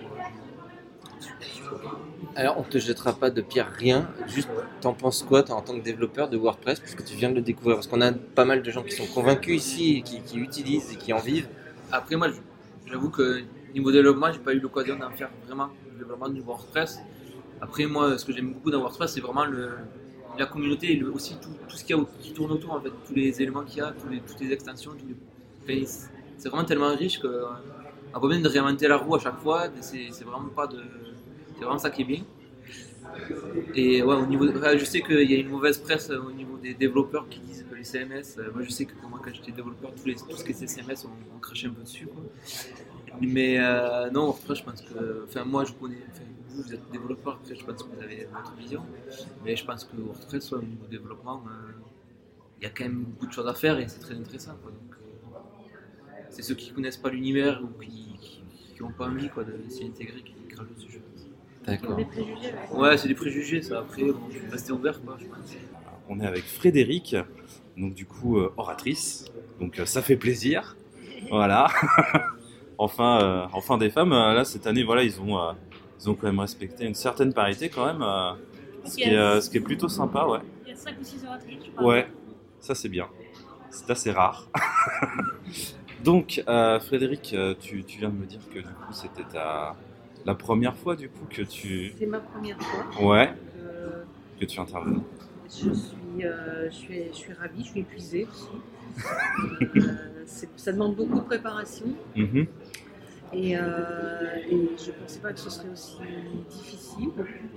Alors, on te jettera pas de pierre, rien. Juste, t'en penses quoi, toi, en tant que développeur de WordPress, parce que tu viens de le découvrir? Parce qu'on a pas mal de gens qui sont convaincus ici, qui utilisent et qui en vivent. Après, moi, j'avoue que niveau développement, j'ai pas eu l'occasion d'en faire vraiment du développement du WordPress. Après, moi, ce que j'aime beaucoup dans WordPress, c'est vraiment la communauté et aussi tout ce qu'il y a qui tourne autour, en fait, tous les éléments qu'il y a, toutes les extensions, c'est vraiment tellement riche qu'on n'a pas besoin de réinventer la roue à chaque fois. C'est vraiment ça qui est bien. Et ouais, je sais qu'il y a une mauvaise presse au niveau des développeurs qui disent que les CMS. Moi, je sais que moi, quand j'étais développeur, tout ce qui était CMS, on crachait un peu dessus, quoi. Mais non, WordPress, je pense que, moi, je connais. Vous êtes développeur, après je pense que vous avez votre vision, mais je pense que WordPress, au niveau développement, il y a quand même beaucoup de choses à faire et c'est très intéressant, quoi. Donc, c'est ceux qui connaissent pas l'univers ou qui n'ont pas envie, quoi, de s'y intégrer qui crachent dessus, je pense. D'accord. Des préjugés, ouais, c'est des préjugés, ça. Après, je vais rester ouvert, quoi, je pense. On est avec Frédéric, donc du coup oratrice, donc ça fait plaisir, voilà. enfin des femmes, là cette année, voilà, ils ont quand même respecté une certaine parité quand même, ce qui est plutôt sympa, ouais. Il y a 5 ou 6 oratrices, je crois. Ouais, ça c'est bien, c'est assez rare. Donc Frédéric, tu viens de me dire que du coup c'était la première fois du coup que tu... C'est ma première fois. Ouais, que tu intervenais. Je suis ravie, je suis épuisée aussi. Ça demande beaucoup de préparation. Mm-hmm. Et je ne pensais pas que ce serait aussi difficile.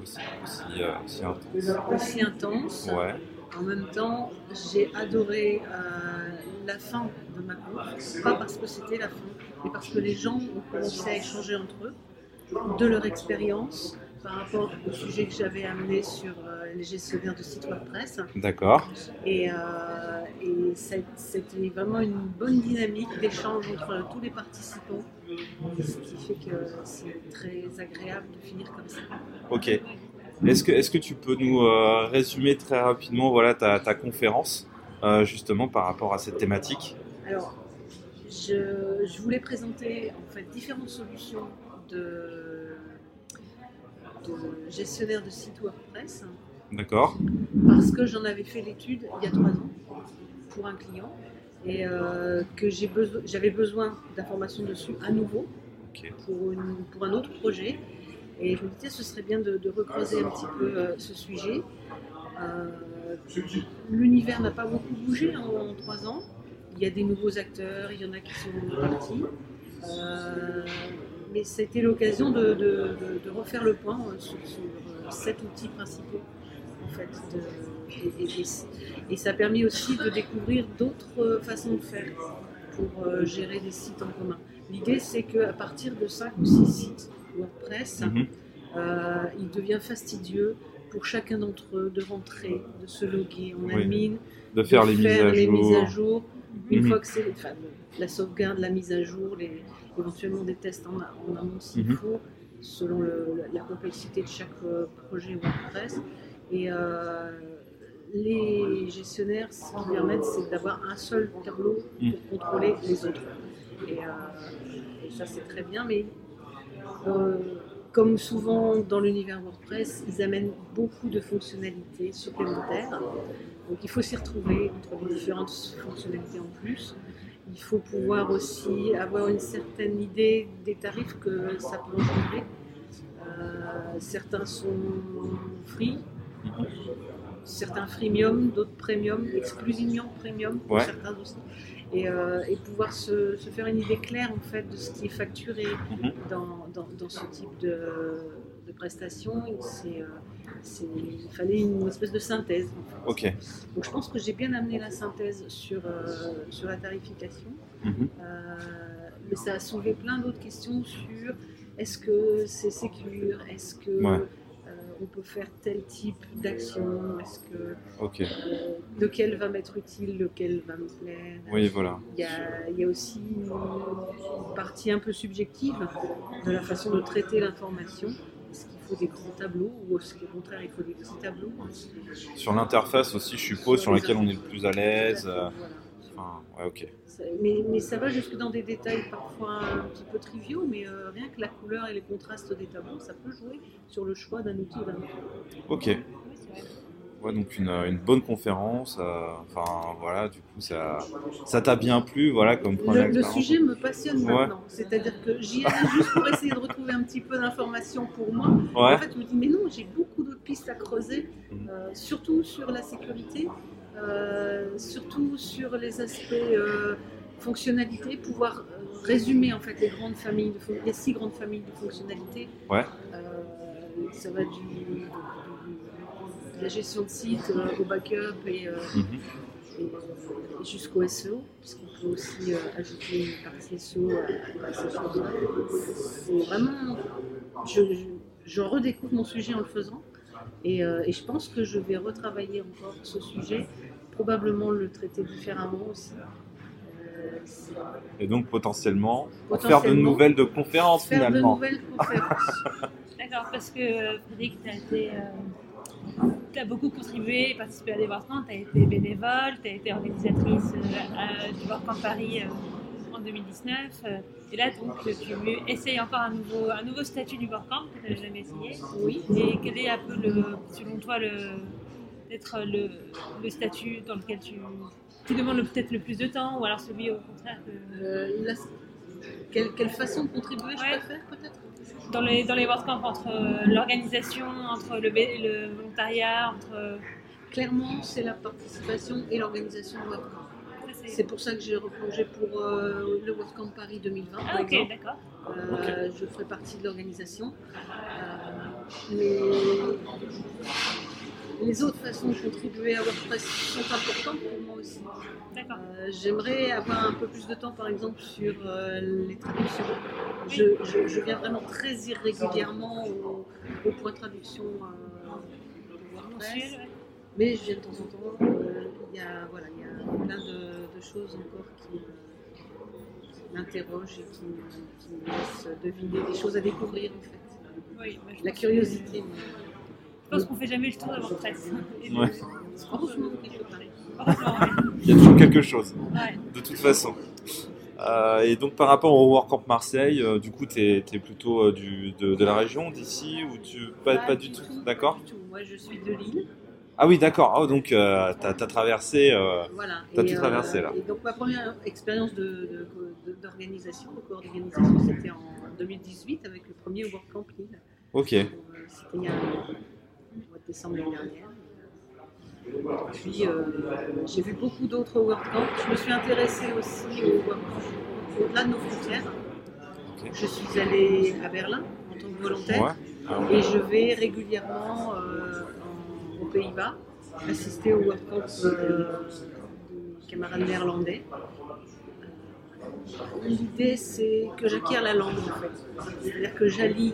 Aussi intense. Ouais. En même temps, j'ai adoré la fin de ma course. Pas parce que c'était la fin, mais parce que les gens ont commencé à échanger entre eux de leur expérience par rapport au sujet que j'avais amené sur les gestionnaires de sites WordPress. D'accord. Et c'était vraiment une bonne dynamique d'échange entre tous les participants, ce qui fait que c'est très agréable de finir comme ça. Ok. Est-ce que tu peux nous résumer très rapidement voilà, ta conférence, justement par rapport à cette thématique? Alors, je voulais présenter en fait différentes solutions de gestionnaire de site WordPress. D'accord. Parce que j'en avais fait l'étude il y a 3 ans pour un client et que j'avais besoin d'informations dessus à nouveau pour un autre projet. Et je me disais ce serait bien de recreuser un petit peu ce sujet. L'univers n'a pas beaucoup bougé en 3 ans. Il y a des nouveaux acteurs, il y en a qui sont partis. Mais c'était l'occasion de refaire le point sur 7 outils principaux en fait, et ça a permis aussi de découvrir d'autres façons de faire pour gérer des sites en commun. L'idée c'est qu'à partir de 5 ou 6 sites WordPress, il devient fastidieux pour chacun d'entre eux de rentrer, de se loguer en admin, de faire les mises à jour, Une fois que c'est la sauvegarde, la mise à jour, éventuellement des tests en amont s'il faut, selon la complexité de chaque projet WordPress. Et les gestionnaires, ce qu'ils permettent, c'est d'avoir un seul tableau pour contrôler les autres. Et ça, c'est très bien, mais comme souvent dans l'univers WordPress, ils amènent beaucoup de fonctionnalités supplémentaires. Donc il faut s'y retrouver entre les différentes fonctionnalités en plus. Il faut pouvoir aussi avoir une certaine idée des tarifs que ça peut engendrer. Certains sont free, certains freemium, d'autres premium, exclusivement premium pour certains aussi. Et pouvoir se faire une idée claire en fait de ce qui est facturé dans ce type de prestations. Il fallait une espèce de synthèse. En fait. Donc je pense que j'ai bien amené la synthèse sur la tarification, mais ça a soulevé plein d'autres questions sur est-ce que c'est sécure, est-ce que on peut faire tel type d'action, est-ce que lequel va m'être utile, lequel va me plaire. Oui, voilà. Il y a aussi une partie un peu subjective de la façon de traiter l'information. Est-ce qu'il faut des grands tableaux ou est-ce qu'au contraire il faut des petits tableaux? Sur l'interface aussi, je suppose, sur laquelle on est le plus à l'aise. Mais ça va jusque dans des détails parfois un petit peu triviaux, mais rien que la couleur et les contrastes des tableaux, ça peut jouer sur le choix d'un outil ou d'un autre. Ouais, donc une bonne conférence. Voilà, du coup, ça t'a bien plu, voilà, comme première expérience. Le sujet me passionne maintenant. C'est-à-dire que j'y allais juste pour essayer de retrouver un petit peu d'informations pour moi. En fait, je me dis, mais non, j'ai beaucoup d'autres pistes à creuser, surtout sur la sécurité. Surtout sur les aspects fonctionnalités, pouvoir résumer en fait les 6 grandes familles de fonctionnalités. Ça va de la gestion de site au backup et jusqu'au SEO, puisqu'on peut aussi ajouter une partie SEO à ces choses-là. C'est vraiment, je redécouvre mon sujet en le faisant. Et je pense que je vais retravailler encore ce sujet, probablement le traiter différemment aussi. Et donc potentiellement faire de nouvelles conférences finalement. De nouvelles conférences. D'accord, parce que Frédéric, tu as beaucoup contribué, participé à des WordCamp, tu as été bénévole, tu as été organisatrice du WordCamp Paris en 2019. Et là, donc, tu essayes encore un nouveau statut du WordCamp que tu n'avais jamais essayé. Oui. Et quel est un peu, selon toi, le statut dans lequel tu demandes peut-être le plus de temps, ou alors celui au contraire quelle façon de contribuer je préfère peut-être dans les WordCamp, entre l'organisation, entre le volontariat, Clairement, c'est la participation et l'organisation de WordCamp. C'est pour ça que j'ai replongé pour le WordCamp Paris 2020, par exemple. D'accord. Je ferai partie de l'organisation. Mais les autres façons de contribuer à WordPress sont importantes pour moi aussi. J'aimerais avoir un peu plus de temps, par exemple, sur les traductions. Je viens vraiment très irrégulièrement au point traduction WordPress, mais je viens de temps en temps. Il y a plein de choses encore qui m'interrogent et qui me laissent deviner des choses à découvrir en fait. Oui, la curiosité. Je pense qu'on ne fait jamais le tour de WordPress. Heureusement qu'il faut parler. Il y a toujours quelque chose, de toute façon. Et donc par rapport au WordCamp Marseille, du coup tu es plutôt de la région, d'ici, ou pas du tout. D'accord. Moi je suis de Lille. Ah oui, d'accord. Donc tu as traversé, tout traversé là. Et donc ma première expérience d'organisation, de co-organisation, c'était en 2018 avec le premier WordCamp Lille. C'était il y a au mois de décembre l'année dernière. Puis j'ai vu beaucoup d'autres WordCamp. Je me suis intéressée aussi aux WordCamp au-delà de nos frontières. Je suis allée à Berlin en tant que volontaire et je vais régulièrement aux Pays-Bas assister au WordCamp des camarades néerlandais. L'idée c'est que j'acquière la langue en fait. C'est-à-dire que j'allie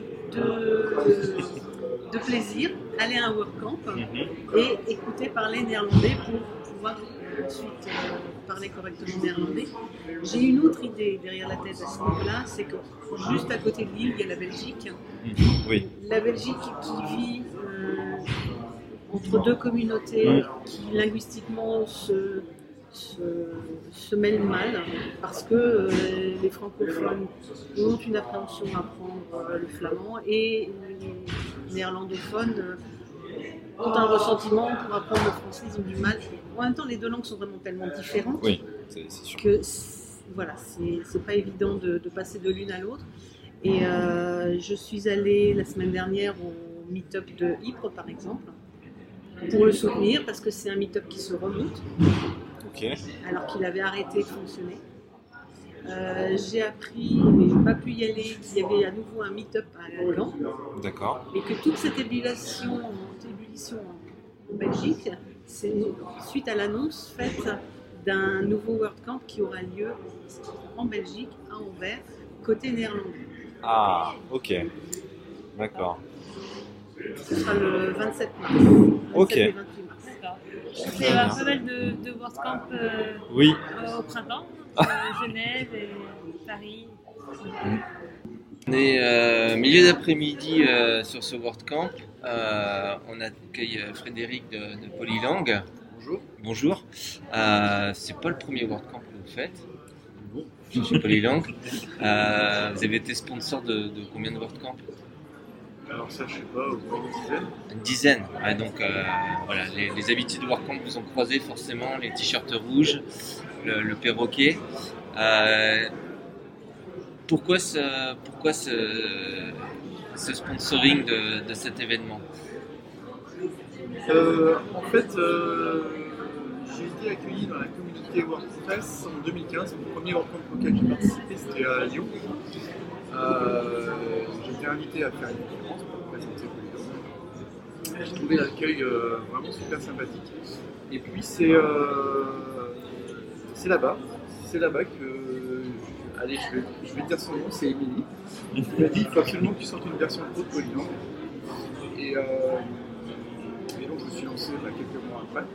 de plaisir, aller à un WordCamp et écouter parler néerlandais pour pouvoir ensuite parler correctement néerlandais. J'ai une autre idée derrière la tête à ce niveau-là, c'est que juste à côté de l'île, il y a la Belgique. Oui. La Belgique qui vit entre deux communautés qui linguistiquement se mêlent mal parce que les francophones ont une appréhension à apprendre le flamand et les néerlandophones ont un ressentiment pour apprendre le français, ils ont du mal. En même temps, les deux langues sont vraiment tellement différentes c'est sûr. que voilà, c'est pas évident de passer de l'une à l'autre. Et je suis allée la semaine dernière au meet-up de Ypres, par exemple, pour le soutenir, parce que c'est un meet-up qui se remonte, alors qu'il avait arrêté de fonctionner. J'ai appris, mais je n'ai pas pu y aller, qu'il y avait à nouveau un meet-up à Gand. D'accord. Et que toute cette ébullition en Belgique, c'est suite à l'annonce faite d'un nouveau WordCamp qui aura lieu en Belgique, à Anvers, côté néerlandais. Ah, ok. D'accord. Ce sera le 27 mars. Ok. 27 et 28 mars. D'accord. C'est pas mal de WordCamp au printemps, Genève et Paris. On est milieu d'après-midi sur ce WordCamp. On accueille Frédéric de Polylang. Bonjour. Bonjour. C'est pas le premier WordCamp que vous faites. Chez Polylang. Vous avez été sponsor de combien de WordCamp? Alors ça, je sais pas, au moins une dizaine. Une dizaine. Ouais, donc voilà, les habitués de WordCamp vous ont croisé forcément, les t-shirts rouges, le perroquet. Pourquoi ce sponsoring de cet événement? En fait, j'ai été accueilli dans la communauté WordPress en 2015. Le premier WordCamp auquel j'ai participé, c'était à Lyon. J'ai été invité à faire une conférence pour présenter Polylang. J'ai trouvé l'accueil vraiment super sympathique. Et puis c'est là-bas que... Allez, je vais dire son nom, c'est Émilie. Elle m'a dit qu'il faut absolument que tu sortes une version pro de Polylang. Et donc je me suis lancé quelques mois après.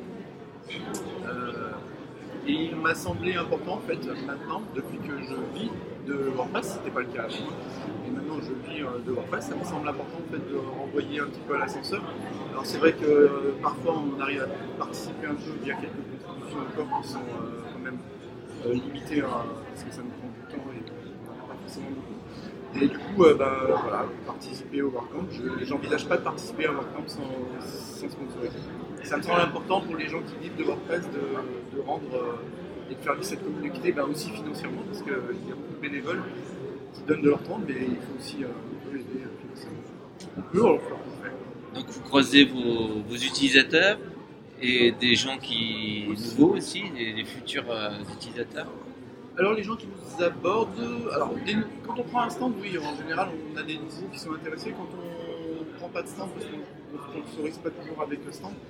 Et il m'a semblé important en fait maintenant, depuis que je vis de WordPress, c'était pas le cas avant, et maintenant je vis de WordPress, ça me semble important en fait de renvoyer un petit peu à l'ascenseur. Alors c'est vrai que parfois on arrive à participer un peu via quelques contributions encore qui sont quand même limitées parce que ça nous prend du temps et pas forcément beaucoup. Et du coup, voilà, participer au WordCamp, j'envisage pas de participer à un WordCamp sans sponsoriser. Ça me semble important pour les gens qui vivent de WordPress de rendre et de faire vivre cette communauté aussi financièrement, parce qu'il y a beaucoup de bénévoles qui donnent de leur temps, mais il faut aussi aider financièrement. Donc vous croisez vos utilisateurs et des gens nouveaux aussi, des futurs utilisateurs? Alors les gens qui nous abordent, quand on prend un stand, oui, en général on a des nouveaux qui sont intéressés. Quand on ne prend pas de stand, parce qu'on ne sponsorise pas toujours avec le stand,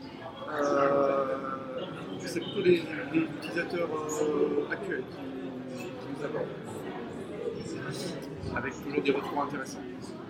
c'est plutôt les utilisateurs actuels qui nous abordent, avec toujours des retours intéressants.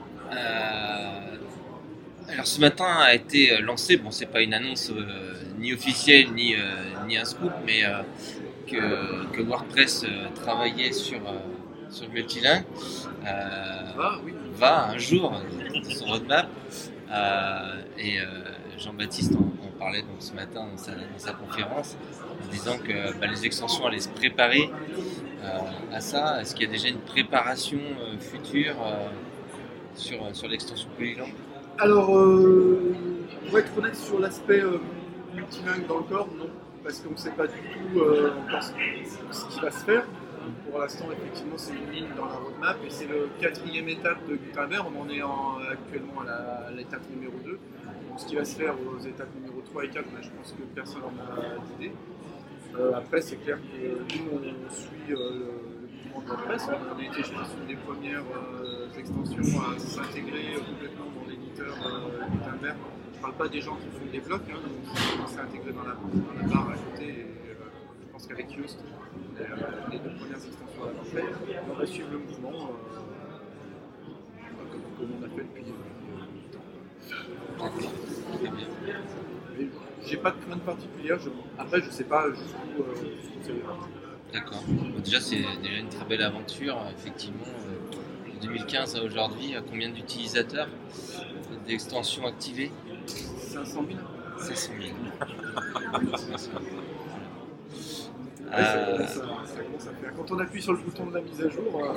Alors ce matin a été lancé, c'est pas une annonce ni officielle ni un scoop, mais que WordPress travaillait sur Multilingue va un jour dans son roadmap, et Jean-Baptiste en parlait donc ce matin dans sa conférence en disant que les extensions allaient se préparer à ça. Est-ce qu'il y a déjà une préparation future sur l'extension Polylang? Alors, pour être honnête sur l'aspect multilingue dans le corps, non, parce qu'on ne sait pas du tout encore ce qui va se faire. Pour l'instant, effectivement, c'est une ligne dans la roadmap et c'est le 4e étape de Gutenberg. On en est actuellement à l'étape numéro 2. Donc, ce qui va se faire aux étapes numéro 3 et 4, je pense que personne n'en a d'idée. Après, c'est clair que nous, on suit le mouvement de WordPress. On a été, je pense, une des premières extensions à s'intégrer complètement dans l'éditeur Gutenberg. Je ne parle pas des gens qui font des blocs, on s'est intégré dans la barre à côté. Et, je pense qu'avec Yoast, les 2 premières extensions à l'avoir fait, on va suivre le mouvement comme on a fait depuis longtemps. j'ai pas de crainte particulière. Après, je sais pas jusqu'où c'est. D'accord. Bon, déjà, c'est déjà une très belle aventure. Effectivement, de 2015 à aujourd'hui, combien d'utilisateurs, d'extensions activées? 500 000. 500 000. Ouais, ça commence à faire. Quand on appuie sur le bouton de la mise à jour.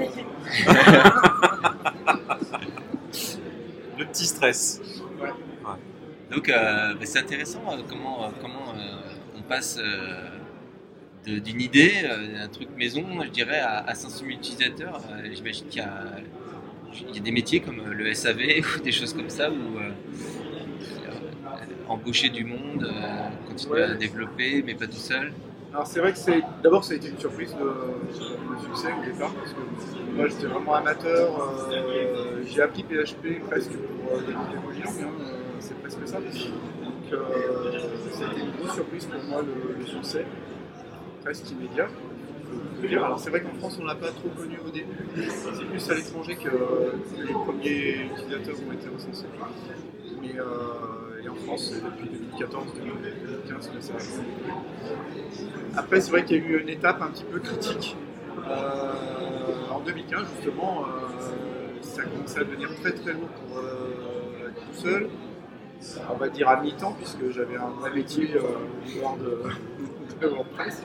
Le petit stress. Ouais. Donc, c'est intéressant comment on passe d'une idée, un truc maison, je dirais, à 500 000 utilisateurs. J'imagine qu'il y a des métiers comme le SAV ou des choses comme ça où embaucher du monde, continuer à développer, mais pas tout seul. Alors c'est vrai que d'abord ça a été une surprise le succès au départ parce que moi j'étais vraiment amateur, j'ai appris PHP presque pour développer Mojang, c'est presque ça. Donc c'était une grosse surprise pour moi le succès, presque immédiat. Alors c'est vrai qu'en France on l'a pas trop connu au début, c'est plus à l'étranger que les premiers utilisateurs ont été recensés. Mais et en France, c'est depuis 2014-2015 que ça a été. Après, c'est vrai qu'il y a eu une étape un petit peu critique. En 2015, justement, ça a commencé à devenir très très lourd pour être tout seul. On va dire à mi-temps, puisque j'avais un vrai métier hors de WordPress.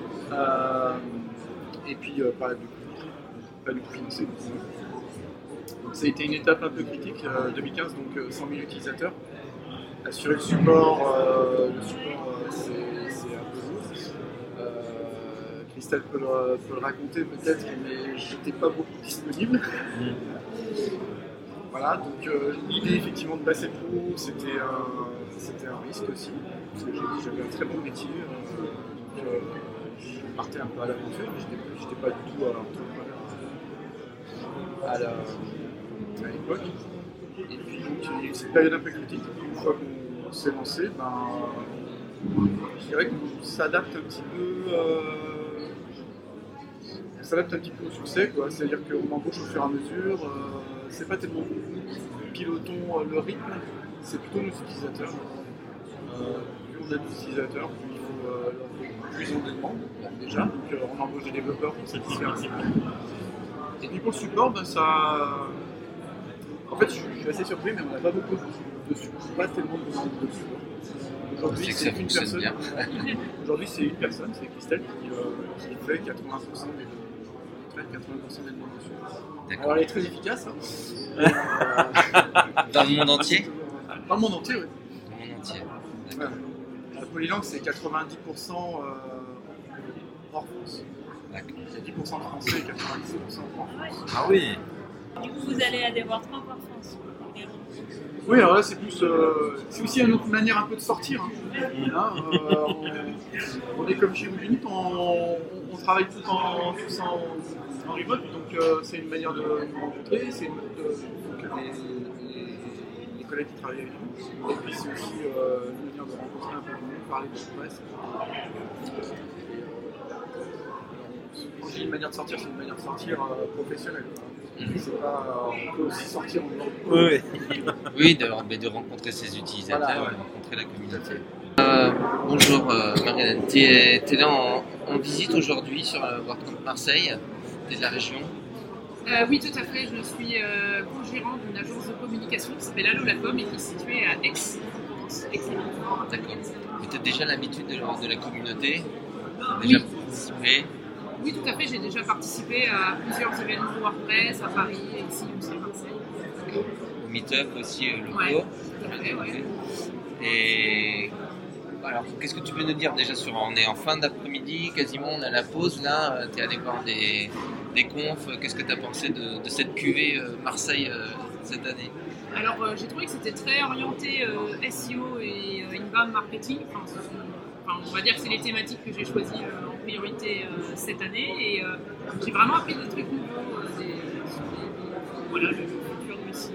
Et puis, pas du tout financé. Donc, ça a été une étape un peu critique, 2015, donc 100 000 utilisateurs. Assurer le support, c'est un peu lourd. Christelle peut le raconter peut-être, mais j'étais pas beaucoup disponible. Voilà, donc l'idée effectivement de passer pro, c'était un risque aussi, parce que j'avais un très bon métier, donc je partais un peu à l'aventure, mais j'étais pas du tout entrepreneur à l'époque. Et puis donc il y a eu cette période un peu critique, une fois qu'on s'est lancé, je dirais qu'on s'adapte un petit peu au succès, quoi. C'est-à-dire qu'on embauche au fur et à mesure, c'est pas tellement pilotons le rythme, c'est plutôt nos utilisateurs. Plus on a d'utilisateurs, plus il faut plus on demande déjà, donc on embauche des développeurs pour satisfaire un cycle. Et puis pour le support, ça... En fait, je suis assez surpris, mais on n'a pas beaucoup de support, pas tellement de demandes de support. Aujourd'hui, c'est une personne. Aujourd'hui, c'est une personne, c'est Christelle qui fait 80% des demandes de support. Alors, elle est très efficace. Dans le monde entier? Dans le monde entier, oui. Dans le monde entier. Ouais. La Polylang, c'est 90% hors France. D'accord. C'est 10% français et 90% hors France. Ah oui. Du coup, vous allez à des WordCamp en France. Oui, alors là, c'est plus. C'est aussi une autre manière un peu de sortir. On est comme chez Unit, on travaille tous en remote, donc c'est une manière de nous rencontrer, c'est une les collègues qui travaillent avec nous, et puis c'est aussi une manière de rencontrer un peu de monde, parler de presse. Quand je dis une manière de sortir, c'est une manière de sortir professionnelle. C'est pas, on peut aussi sortir en dehors. Oui, de rencontrer ses utilisateurs, voilà, de rencontrer la communauté. Bonjour Marianne, tu es là en visite aujourd'hui sur WordCamp Marseille, tu es de la région? Oui, tout à fait, je suis co-gérant d'une agence de communication qui s'appelle Allolacom et qui est située à Aix. D'accord. Mais tu as déjà l'habitude de la communauté? Déjà participé? Oui, tout à fait. J'ai déjà participé à plusieurs événements WordPress à Paris et ici aussi à Marseille. Au Meetup aussi locaux. Ouais, tout à fait, ouais. Et alors, qu'est-ce que tu peux nous dire déjà on est en fin d'après-midi, quasiment on a la pause là. Tu es allé voir des confs. Qu'est-ce que tu as pensé de cette cuvée Marseille cette année? Alors, j'ai trouvé que c'était très orienté SEO et inbound marketing. On va dire que c'est les thématiques que j'ai choisies en priorité cette année et j'ai vraiment appris des trucs nouveaux, voilà, le futur du SEO.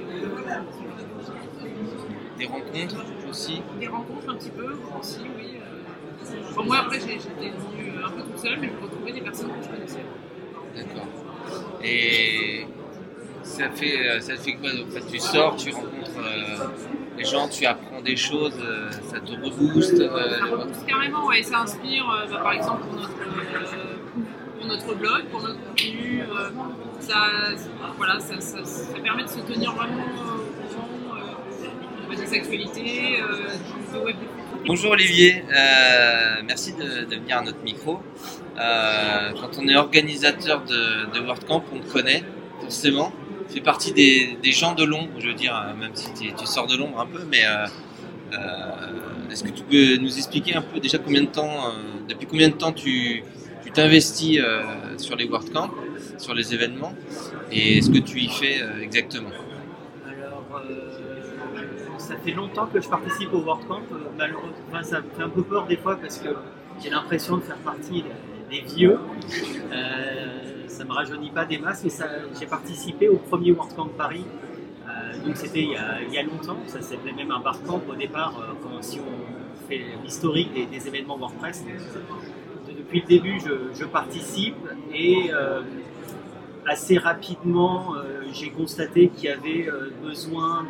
Des rencontres aussi? Des rencontres un petit peu aussi, oui. Bon, moi après j'étais venue un peu toute seule, mais je retrouvais des personnes que je connaissais. D'accord. Et ça fait quoi? En fait, tu sors, tu rencontres les gens, tu apprends des choses, ça te rebooste. Ça rebooste carrément, ouais, ça inspire, par exemple, pour notre blog, pour notre contenu. Ça permet de se tenir vraiment au courant des actualités, du web. Bonjour Olivier, merci de venir à notre micro. Quand on est organisateur de WordCamp, on te connaît forcément. Tu fais partie des gens de l'ombre, je veux dire, même si tu sors de l'ombre un peu, mais est-ce que tu peux nous expliquer un peu déjà depuis combien de temps tu t'investis sur les WordCamp, sur les événements, et ce que tu y fais exactement? Alors, ça fait longtemps que je participe au WordCamp. Malheureusement, ça me fait un peu peur des fois parce que j'ai l'impression de faire partie des vieux. Ça ne me rajeunit pas des masses, mais j'ai participé au premier WordCamp Paris. Donc c'était il y a longtemps, ça s'appelait même un barcamp au départ, si on fait l'historique des événements WordPress. Depuis le début, je participe et assez rapidement, j'ai constaté qu'il y avait besoin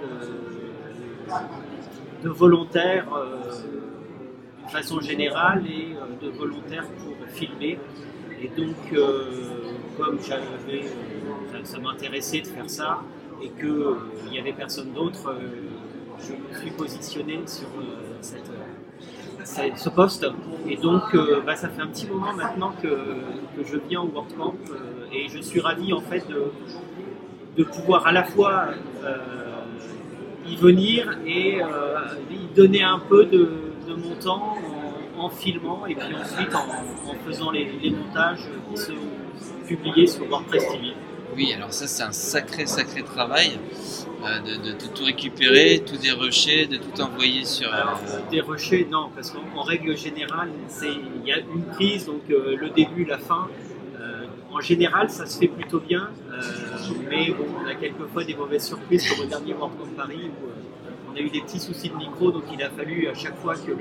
de volontaires d'une façon générale et de volontaires pour filmer. Et donc, comme ça m'intéressait de faire ça et qu'il n'y avait personne d'autre, je me suis positionné sur ce poste. Et donc, ça fait un petit moment maintenant que je viens au WordCamp et je suis ravi en fait de pouvoir à la fois y venir et y donner un peu de mon temps en filmant et puis ensuite en faisant les montages qui sont publiés sur WordPress TV. Oui, alors ça c'est un sacré travail de tout récupérer, tout dérusher, de tout envoyer sur... Dérusher, non, parce qu'en règle générale, il y a une prise, donc le début, la fin. En général, ça se fait plutôt bien, mais bon, on a quelquefois des mauvaises surprises comme au dernier WordCamp Paris où on a eu des petits soucis de micro, donc il a fallu à chaque fois que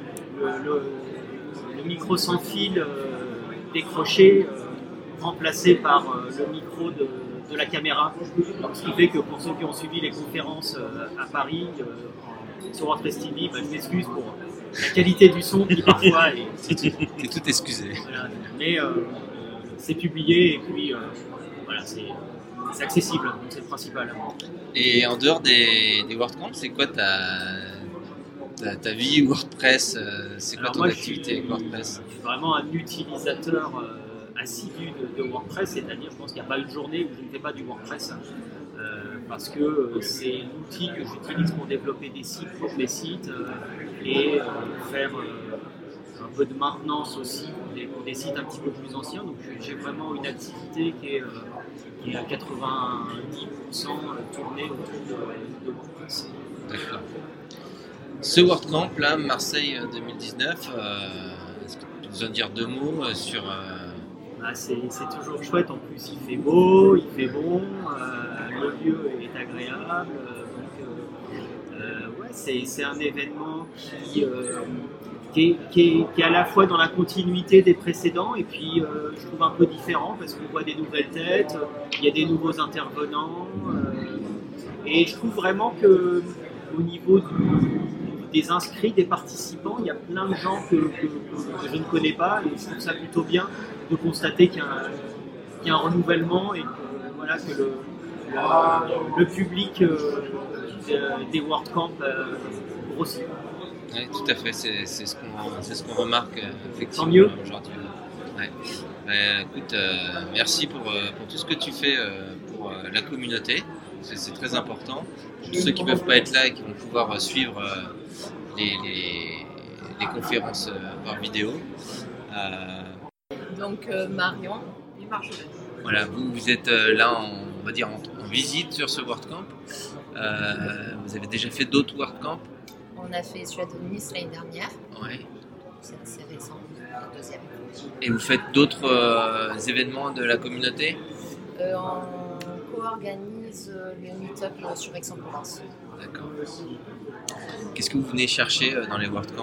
le micro sans fil décroché, remplacé par le micro de la caméra. Donc, ce qui fait que pour ceux qui ont suivi les conférences à Paris sur WordPress TV, je m'excuse pour la qualité du son qui parfois est... T'es tout excusé. Voilà, mais c'est publié et puis voilà, c'est accessible, donc c'est le principal. Et en dehors des WordCamp, c'est quoi ta vie WordPress? C'est quoi ton activité avec WordPress? Je suis vraiment un utilisateur assidu de WordPress, c'est-à-dire je pense qu'il n'y a pas une journée où je ne fais pas du WordPress parce que c'est l'outil que j'utilise pour développer des sites pour mes sites et faire un peu de maintenance aussi pour des sites un petit peu plus anciens. Donc j'ai vraiment une activité qui est à 90% tournée autour de WordPress. D'accord. Ce WordCamp là, Marseille 2019, est-ce que tu peux nous en dire deux mots sur... C'est toujours chouette, en plus il fait beau, il fait bon, le lieu est agréable, donc c'est un événement qui est à la fois dans la continuité des précédents et puis je trouve un peu différent parce qu'on voit des nouvelles têtes, il y a des nouveaux intervenants et je trouve vraiment que au niveau des inscrits, des participants, il y a plein de gens que je ne connais pas et je trouve ça plutôt bien de constater qu'il y a un renouvellement et que le public des WordCamp grossit. Oui, tout à fait, c'est ce qu'on remarque effectivement aujourd'hui. Ouais. Écoute, merci pour tout ce que tu fais pour la communauté, c'est très important. Pour tous ceux qui ne peuvent pas être là et qui vont pouvoir suivre les conférences par vidéo. Donc Marion et Marjolaine. Voilà, vous êtes là on va dire en visite sur ce WordCamp. Vous avez déjà fait d'autres WordCamp? On a fait celui de Nice l'année dernière. Ouais. C'est assez récent, le deuxième. Et vous faites d'autres événements de la communauté? On co-organise le meet-up sur Aix-en-Provence. D'accord. Qu'est-ce que vous venez chercher dans les WordCamp?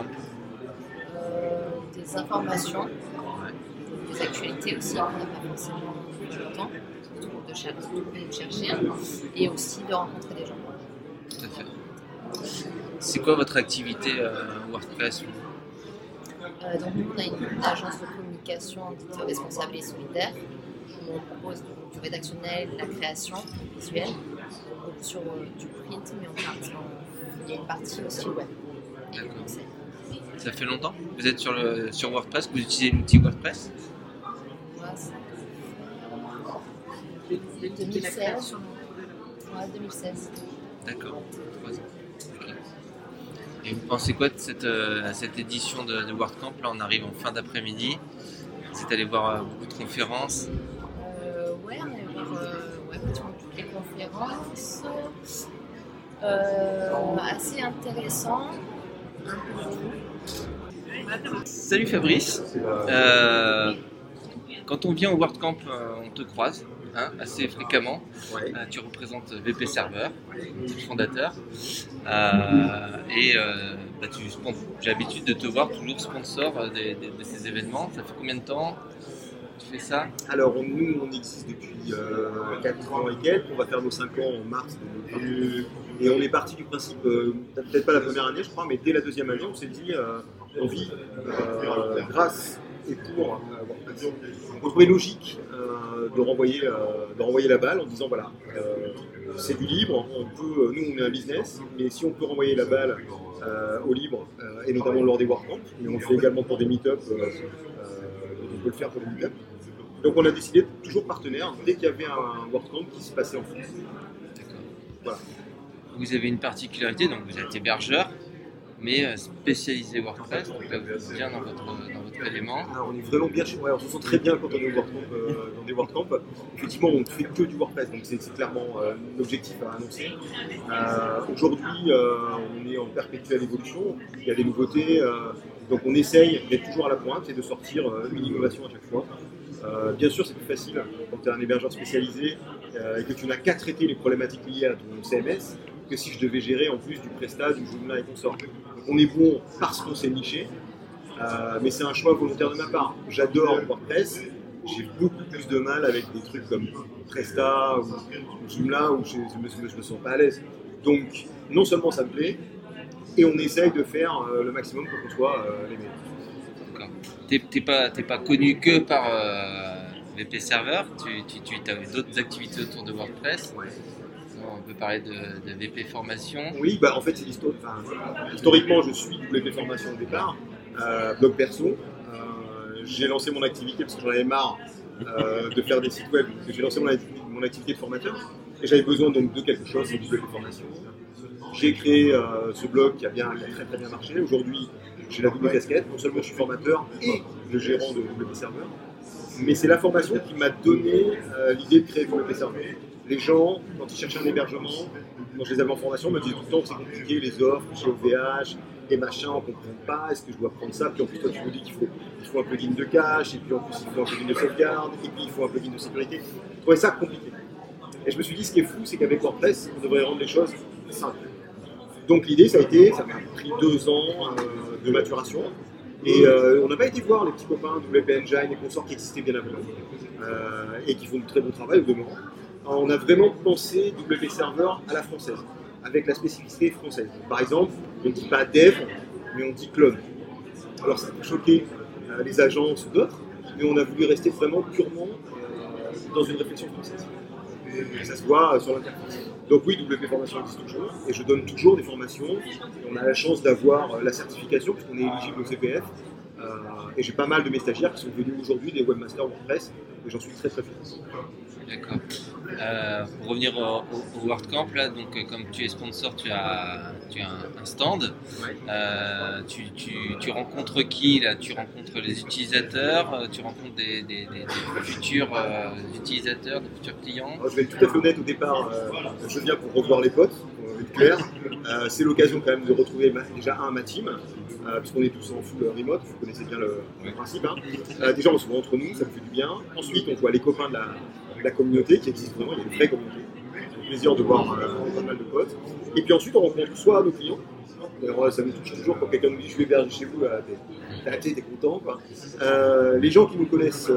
Des informations, des actualités aussi, qu'on n'a pas forcément depuis longtemps, de chercher, et aussi de rencontrer des gens. Tout à fait. C'est quoi votre activité WordPress? Donc nous, on a une agence de communication dite responsable et solidaire, où on propose du rédactionnel, de la création visuelle, beaucoup sur du print, mais il y a une partie aussi web. D'accord. Ça fait longtemps que vous êtes sur WordPress, que vous utilisez l'outil WordPress? Moi, ça fait 2016. Ouais, 2016. D'accord, 3 ans. Okay. Et vous pensez quoi de cette édition de WordCamp? Là, on arrive en fin d'après-midi. Vous êtes allé voir beaucoup de conférences? Ouais, on est allé voir pratiquement toutes les conférences. Assez intéressant. Un peu tout. Salut Fabrice. Quand on vient au WordCamp, on te croise assez fréquemment. Ouais. Tu représentes VP Server, le fondateur. J'ai l'habitude de te voir toujours sponsor de ces événements. Ça fait combien de temps tu fais ça? Alors nous, on existe depuis 4 ans et quelques. On va faire nos 5 ans en mars 2020. Et on est parti du principe, peut-être pas la première année je crois, mais dès la deuxième année, on s'est dit on vit grâce et pour on trouvait logique de renvoyer la balle en disant voilà, c'est du libre, nous on est un business, mais si on peut renvoyer la balle au libre, et notamment lors des WordCamp, mais on le fait également pour des meet-up, on peut le faire pour des meet-up. Donc on a décidé d'être toujours partenaire dès qu'il y avait un WordCamp qui se passait en France. D'accord. Voilà. Vous avez une particularité, donc vous êtes hébergeur, mais spécialisé WordPress, donc là vous êtes bien dans votre élément. Alors on est vraiment bien on se sent très bien quand on est au WordCamp, dans des WordCamp. Effectivement, on ne fait que du WordPress, donc c'est clairement l'objectif à annoncer. Aujourd'hui, on est en perpétuelle évolution, il y a des nouveautés, donc on essaye d'être toujours à la pointe et de sortir une innovation à chaque fois. Bien sûr, c'est plus facile quand tu es un hébergeur spécialisé et que tu n'as qu'à traiter les problématiques liées à ton CMS que si je devais gérer en plus du Presta, du Joomla et consorts. Donc on est bon parce qu'on s'est niché, mais c'est un choix volontaire de ma part. J'adore WordPress, j'ai beaucoup plus de mal avec des trucs comme Presta ou Joomla où je me sens pas à l'aise. Donc non seulement ça me plaît, et on essaye de faire le maximum pour qu'on soit les meilleurs. T'es pas connu que par VP Server, tu as d'autres activités autour de WordPress. Ouais. On peut parler de VP Formation. Oui, en fait, c'est historiquement, je suis WP Formation au départ, blog perso. J'ai lancé mon activité parce que j'en avais marre de faire des sites web. J'ai lancé mon activité de formateur et j'avais besoin donc de quelque chose, c'est WP Formation. J'ai créé ce blog qui a très très bien marché. Aujourd'hui, j'ai la double casquette. Non seulement je suis formateur et le gérant de WP Server, mais c'est la formation qui m'a donné l'idée de créer WP Server. Les gens, quand ils cherchaient un hébergement, quand je les avais en formation, me disaient tout le temps que c'est compliqué, les offres chez OVH, et machin, on ne comprend pas, est-ce que je dois prendre ça? Puis en plus, toi, tu me dis qu'il faut un plugin de cache, et puis en plus, il faut un plugin de sauvegarde, et puis il faut un plugin de sécurité. Je trouvais ça compliqué. Et je me suis dit, ce qui est fou, c'est qu'avec WordPress, on devrait rendre les choses simples. Donc l'idée, ça m'a pris 2 ans de maturation. Et on n'a pas été voir les petits copains WP Engine et consorts qui existaient bien avant nous, et qui font de très bon travail au demeurant. On a vraiment pensé WP Server à la française, avec la spécificité française. Par exemple, on ne dit pas dev, mais on dit clone. Alors ça peut choquer les agences ou d'autres, mais on a voulu rester vraiment purement dans une réflexion française. Et ça se voit sur l'interface. Donc oui, WP Formation existe toujours, et je donne toujours des formations. On a la chance d'avoir la certification, puisqu'on est éligible au CPF. Et j'ai pas mal de mes stagiaires qui sont devenus aujourd'hui des webmasters WordPress, et j'en suis très très fier. D'accord. Pour revenir au WordCamp, là, donc comme tu es sponsor, tu as un stand. Ouais. Tu rencontres qui là? Tu rencontres les utilisateurs, tu rencontres des futurs utilisateurs, des futurs clients. Alors, je vais être tout à fait honnête, au départ, je viens pour revoir les potes, pour être clair. C'est l'occasion quand même de retrouver déjà ma team, puisqu'on est tous en full remote, vous connaissez bien le principe. Hein. Déjà on se voit entre nous, ça me fait du bien. Ensuite on voit les copains de la communauté qui existe vraiment, il y a une vraie communauté. C'est un plaisir de voir pas mal de potes. Et puis ensuite on rencontre soit nos clients, d'ailleurs ça me touche toujours quand quelqu'un nous dit je vais héberger chez vous, t'es content quoi. Les gens qui nous connaissent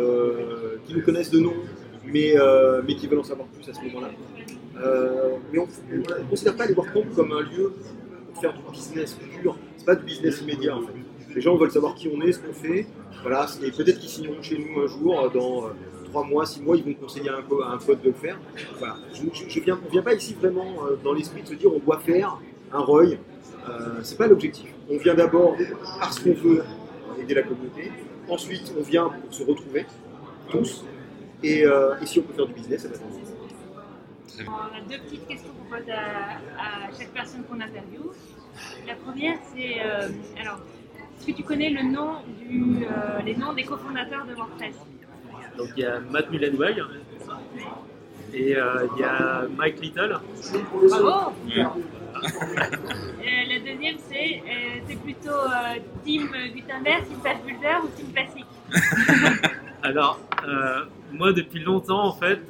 de nom, mais qui veulent en savoir plus à ce moment-là. Mais on ne considère pas les WordCamp comme un lieu faire du business pur. C'est pas du business immédiat en fait. Les gens veulent savoir qui on est, ce qu'on fait. Voilà, et peut-être qu'ils signeront chez nous un jour, dans 3 mois, 6 mois, ils vont conseiller à un pote de le faire. Voilà. On vient pas ici vraiment dans l'esprit de se dire on doit faire un ROI. C'est pas l'objectif. On vient d'abord parce qu'on veut aider la communauté. Ensuite, on vient pour se retrouver tous. Et si on peut faire du business, ça va être On a 2 petites questions qu'on pose à chaque personne qu'on interviewe. La première, c'est alors, est-ce que tu connais les noms des cofondateurs de WordPress? Donc il y a Matt Mullenweg et il y a Mike Little. Bravo. La deuxième, c'est plutôt Team Gutenberg, Team Page Builder ou Team Classic? Alors, moi depuis longtemps en fait,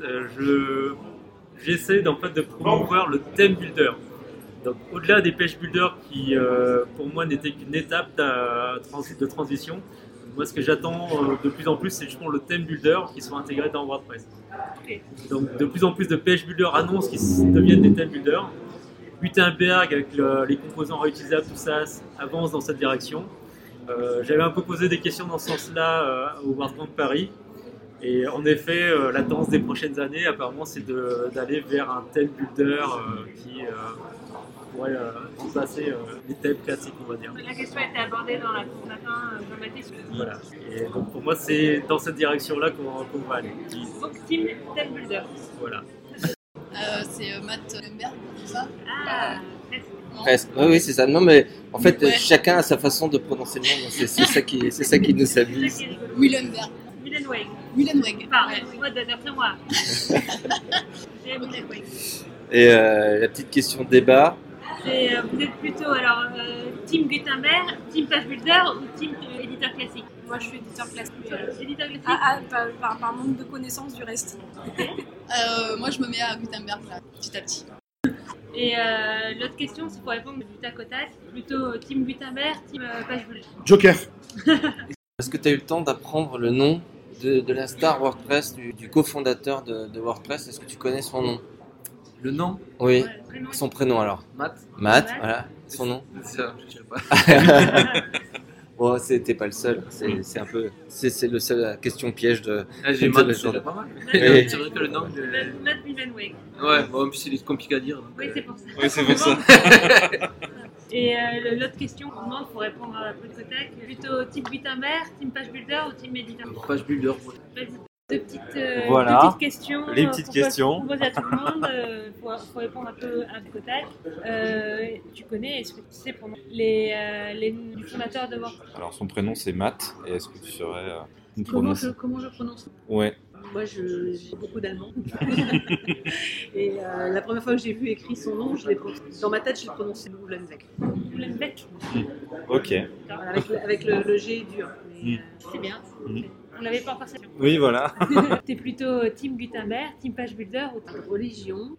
j'essaie de promouvoir le theme builder. Donc au-delà des page builders qui pour moi n'étaient qu'une étape de transition, moi ce que j'attends de plus en plus c'est justement le theme builder qui soit intégré dans WordPress. Okay. Donc de plus en plus de page builders annoncent qu'ils deviennent des theme builders. Gutenberg avec les composants réutilisables, tout ça avance dans cette direction. J'avais un peu posé des questions dans ce sens-là au WordCamp Paris. Et en effet, la tendance des prochaines années, apparemment, c'est d'aller vers un theme builder qui pourrait passer les thèmes classiques, on va dire. La question a été abordée dans la cour matin Jean-Baptiste. Voilà. Et donc pour moi, c'est dans cette direction-là qu'on va aller. Donc, team theme builder. Voilà. C'est Matt Mullenweg, c'est ça? Ah, presque. Oui, c'est ça. Non, mais en fait, chacun a sa façon de prononcer le nom. C'est ça qui nous amuse. Mullenweg. Mullenweg. Pareil, d'après moi. J'ai Mullenweg. Et la petite question de débat. Vous êtes plutôt Team Gutenberg, Team Page Builder ou Team éditeur classique? Moi, je suis éditeur classique. Éditeur classique par manque de connaissance du reste. Moi, je me mets à Gutenberg là, petit à petit. Et l'autre question, c'est pour répondre du tac au tac, plutôt Team Gutenberg, Team Page Builder. Joker. Est-ce que tu as eu le temps d'apprendre le nom de la star WordPress, du cofondateur de WordPress? Est-ce que tu connais son nom? Le nom? Oui, son prénom alors. Matt, voilà, son nom. Ça, je sais pas. Bon, t'es pas le seul, c'est un peu, c'est le seul question piège de. J'ai Matt, c'est pas mal. C'est vrai que le nom de. Matt Mullenweg. Ouais, bon, en plus c'est compliqué à dire. Oui, c'est pour ça. Oui, c'est pour ça. Et l'autre question qu'on demande pour répondre à peu de tac, plutôt Team Gutenberg, Team Page Builder ou Team Éditeur? Page Builder. Deux petites questions. Les petites questions. On pose à tout le monde. Faut répondre un peu à tac. Tu connais, est-ce que tu sais pour les noms du fondateur de WordPress? Alors son prénom c'est Matt. Et est-ce que tu saurais comment je prononce? Ouais. Moi, j'ai beaucoup d'allemand. Et la première fois que j'ai vu écrit son nom, dans ma tête, je l'ai prononcé Mullenweg. Mullenweg. Ok. Avec le G dur. C'est bien. On l'avait pas encore fait. Oui, voilà. T'es plutôt Team Gutenberg, Team Page Builder ou Team Religion.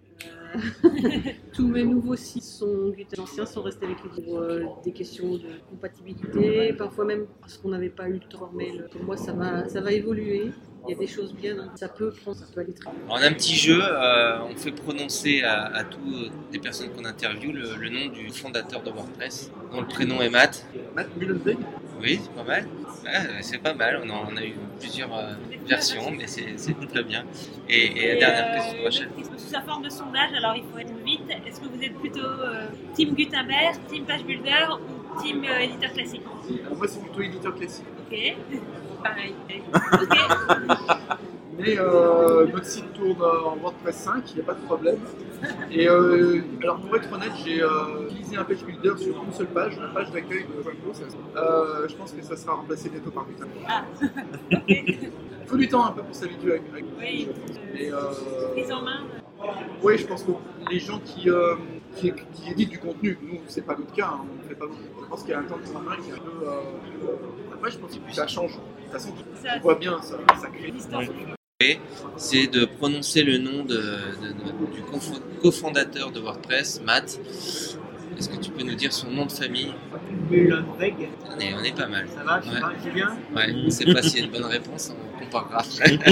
Tous mes nouveaux sites anciens sont restés avec les pour des questions de compatibilité, parfois même parce qu'on n'avait pas eu le temps, mais pour moi ça va évoluer. Il y a des choses bien, donc ça peut aller très bien. On a un petit jeu, on fait prononcer à toutes les personnes qu'on interviewe le nom du fondateur de WordPress, dont le prénom est Matt. Matt Mullenweg. Oui, c'est pas mal. Ouais, c'est pas mal, on a eu plusieurs versions, mais c'est très bien. Et la dernière question. Sous sa forme de sondage, alors il faut être vite. Est-ce que vous êtes plutôt Team Gutenberg, Team Page Builder ou Team éditeur classique? Moi, c'est plutôt éditeur classique. Ok, pareil. Mais notre site tourne en WordPress 5, il n'y a pas de problème. Et alors pour être honnête, j'ai utilisé un page builder sur une seule page, la page d'accueil de Webflow. Je pense que ça sera remplacé bientôt par Gutenberg. Ah, ok. Il faut du temps un peu pour s'habituer avec oui. Prise en main. Oui, je pense que les gens qui éditent du contenu, nous, c'est pas notre cas, hein, on ne fait pas beaucoup. Je pense qu'il y a un temps de travail qui est un peu. Après, je pense que ça change. De toute façon, on voit bien, ça crée distance. C'est de prononcer le nom du cofondateur de WordPress, Matt. Est-ce que tu peux nous dire son nom de famille? Mullenweg. On est pas mal. Ça va, j'ai bien? Ouais, on ne sait pas s'il y a une bonne réponse, on comparera.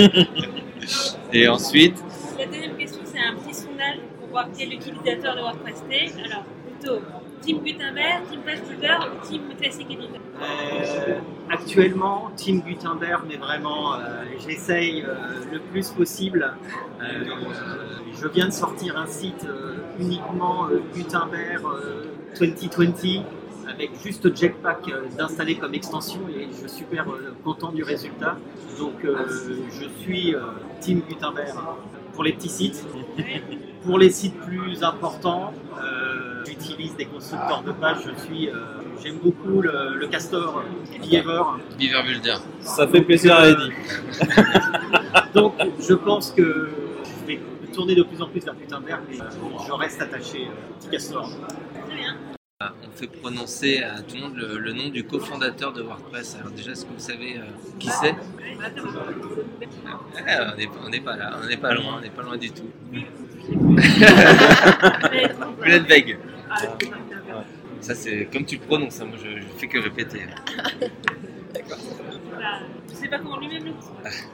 Et ensuite? La deuxième question, c'est un petit sondage pour voir quel utilisateur de WordPress t'es. Alors, plutôt Team Gutenberg, Team Page Builder ou Team Classic Editor? Actuellement, Team Gutenberg, mais vraiment, j'essaye le plus possible. Je viens de sortir un site uniquement Gutenberg 2020 avec juste Jetpack d'installer comme extension et je suis super content du résultat. Donc je suis Team Gutenberg pour les petits sites. Pour les sites plus importants, j'utilise des constructeurs de pages. J'aime beaucoup le Castor Beaver. Beaver Builder. Ça fait plaisir à Eddy. Donc je pense que je vais tourner de plus en plus vers Gutenberg, mais je reste attaché au petit Castor. On fait prononcer à tout le monde le nom du cofondateur de WordPress. Alors déjà, est-ce que vous savez qui c'est? On n'est pas là, on n'est pas loin du tout. Bledweg. Ça c'est comme tu le prononces, hein. Moi je fais que répéter. D'accord. Je sais pas comment lui-même le dit.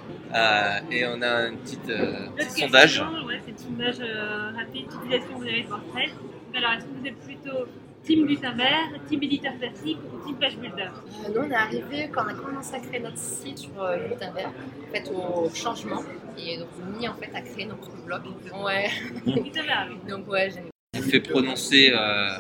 Et on a un petit sondage. Ouais, c'est un sondage rapide d'utilisation vous avez de WordPress. Alors est-ce que vous êtes plutôt Team Gutenberg, Team Editor Classique ou Team Page Builder? Nous, on est arrivé quand on a commencé à créer notre site sur Gutenberg, en fait, au changement. Et donc, on a mis en fait à créer notre blog. Ouais. Donc, ouais, j'aime. On fait prononcer à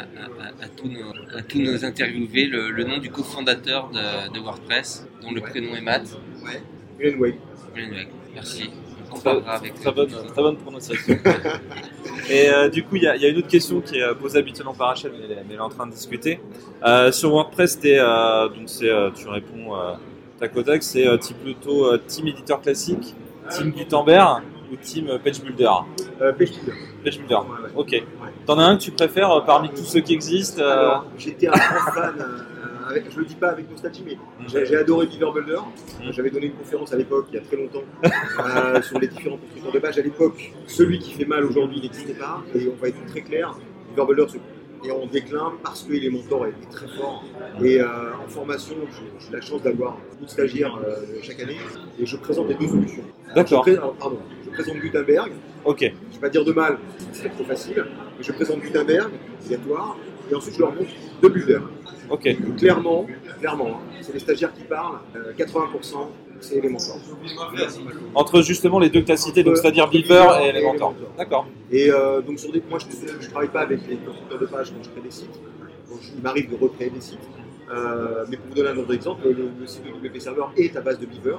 tous nos interviewés le nom du cofondateur de WordPress, dont le prénom est Matt. Ouais. Glenweg. Merci. Très bonne prononciation. Et du coup, il y a une autre question qui est posée habituellement par Rachel, mais elle est en train de discuter. Sur WordPress, tu réponds tac au tac, c'est plutôt Team Editor Classique, Team Gutenberg ou Team Page Builder? Page Builder. Ouais. Ok. Ouais. T'en as un que tu préfères parmi tous ceux qui existent? Alors, j'étais un grand fan. Je le dis pas avec nostalgie, mais j'ai adoré Beaver Builder. J'avais donné une conférence à l'époque, il y a très longtemps, sur les différents constructeurs de pages. À l'époque, celui qui fait mal aujourd'hui n'existait pas, et on va être très clair, Beaver Builder est en déclin parce que Elementor est très fort. Et en formation, j'ai la chance d'avoir beaucoup de stagiaires chaque année, et je présente les deux solutions. D'accord. Je présente Gutenberg. Ok. Je ne vais pas dire de mal, c'est trop facile, mais je présente Gutenberg, obligatoire, et ensuite je leur montre deux builders. Ok. Donc, clairement, c'est les stagiaires qui parlent, 80% c'est Elementor. Entre justement les deux que tu as cités, donc c'est-à-dire Beaver et Elementor. D'accord. Et donc moi je ne travaille pas avec les constructeurs de pages quand je crée des sites. Donc, il m'arrive de recréer des sites. Mais pour vous donner un autre exemple, le site de WP Server est à base de Beaver.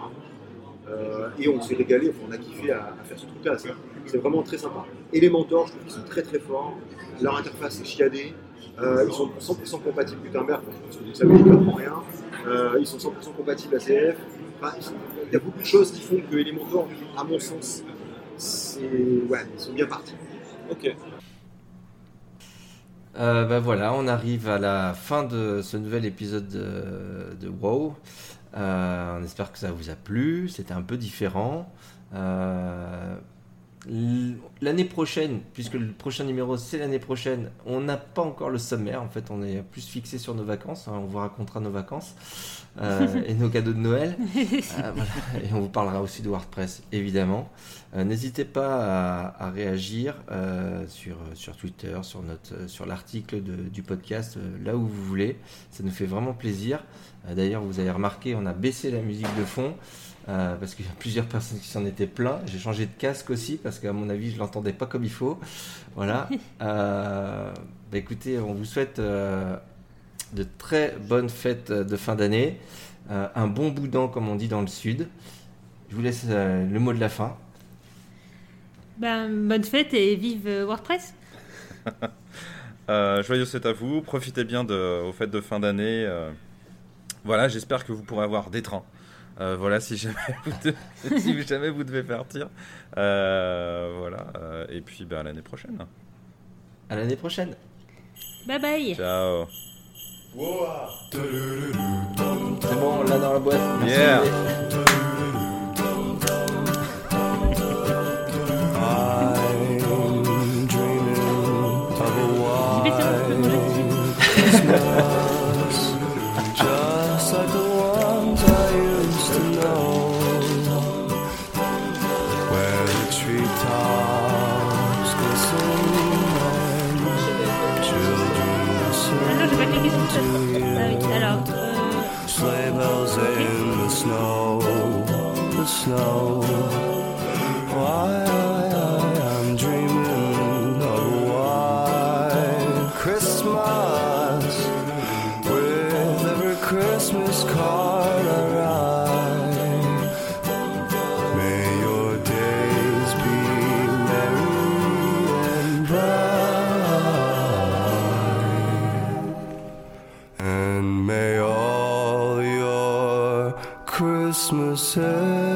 Et on s'est régalé, on a kiffé à faire ce truc-là. C'est vraiment très sympa. Elementor, je trouve qu'ils sont très très forts. Leur interface est chiadée. Ils sont 100% compatibles Gutenberg, parce que vous savez, ils ne comprennent rien. Ils sont 100% compatibles ACF. Enfin, il y a beaucoup de choses qui font que Elementor, à mon sens, ils sont bien partis. Ok. Voilà, on arrive à la fin de ce nouvel épisode de WoW. On espère que ça vous a plu. C'était un peu différent. L'année prochaine, puisque le prochain numéro c'est l'année prochaine, on n'a pas encore le sommaire. En fait, on est plus fixé sur nos vacances. On vous racontera nos vacances et nos cadeaux de Noël. Voilà. Et on vous parlera aussi de WordPress, évidemment. N'hésitez pas à réagir sur Twitter, sur l'article du podcast, là où vous voulez. Ça nous fait vraiment plaisir. D'ailleurs, vous avez remarqué, on a baissé la musique de fond. Parce qu'il y a plusieurs personnes qui s'en étaient plaints. J'ai changé de casque aussi parce qu'à mon avis je l'entendais pas comme il faut. Voilà. Écoutez, on vous souhaite de très bonnes fêtes de fin d'année, un bon boudin comme on dit dans le sud. Je vous laisse le mot de la fin. Bonne fête et vive WordPress. Joyeuses fêtes à vous. Profitez bien aux fêtes de fin d'année. Voilà, j'espère que vous pourrez avoir des trains. Voilà, si jamais vous devez partir. Voilà. Et puis à l'année prochaine. À l'année prochaine. Bye bye. Ciao. C'est bon, on l'a dans la boîte. Yeah. Treetops glisten and children sleigh bells in the snow, the snow. I'm dreaming of a white Christmas with every Christmas card I write. May your days be merry and bright, and may all your Christmases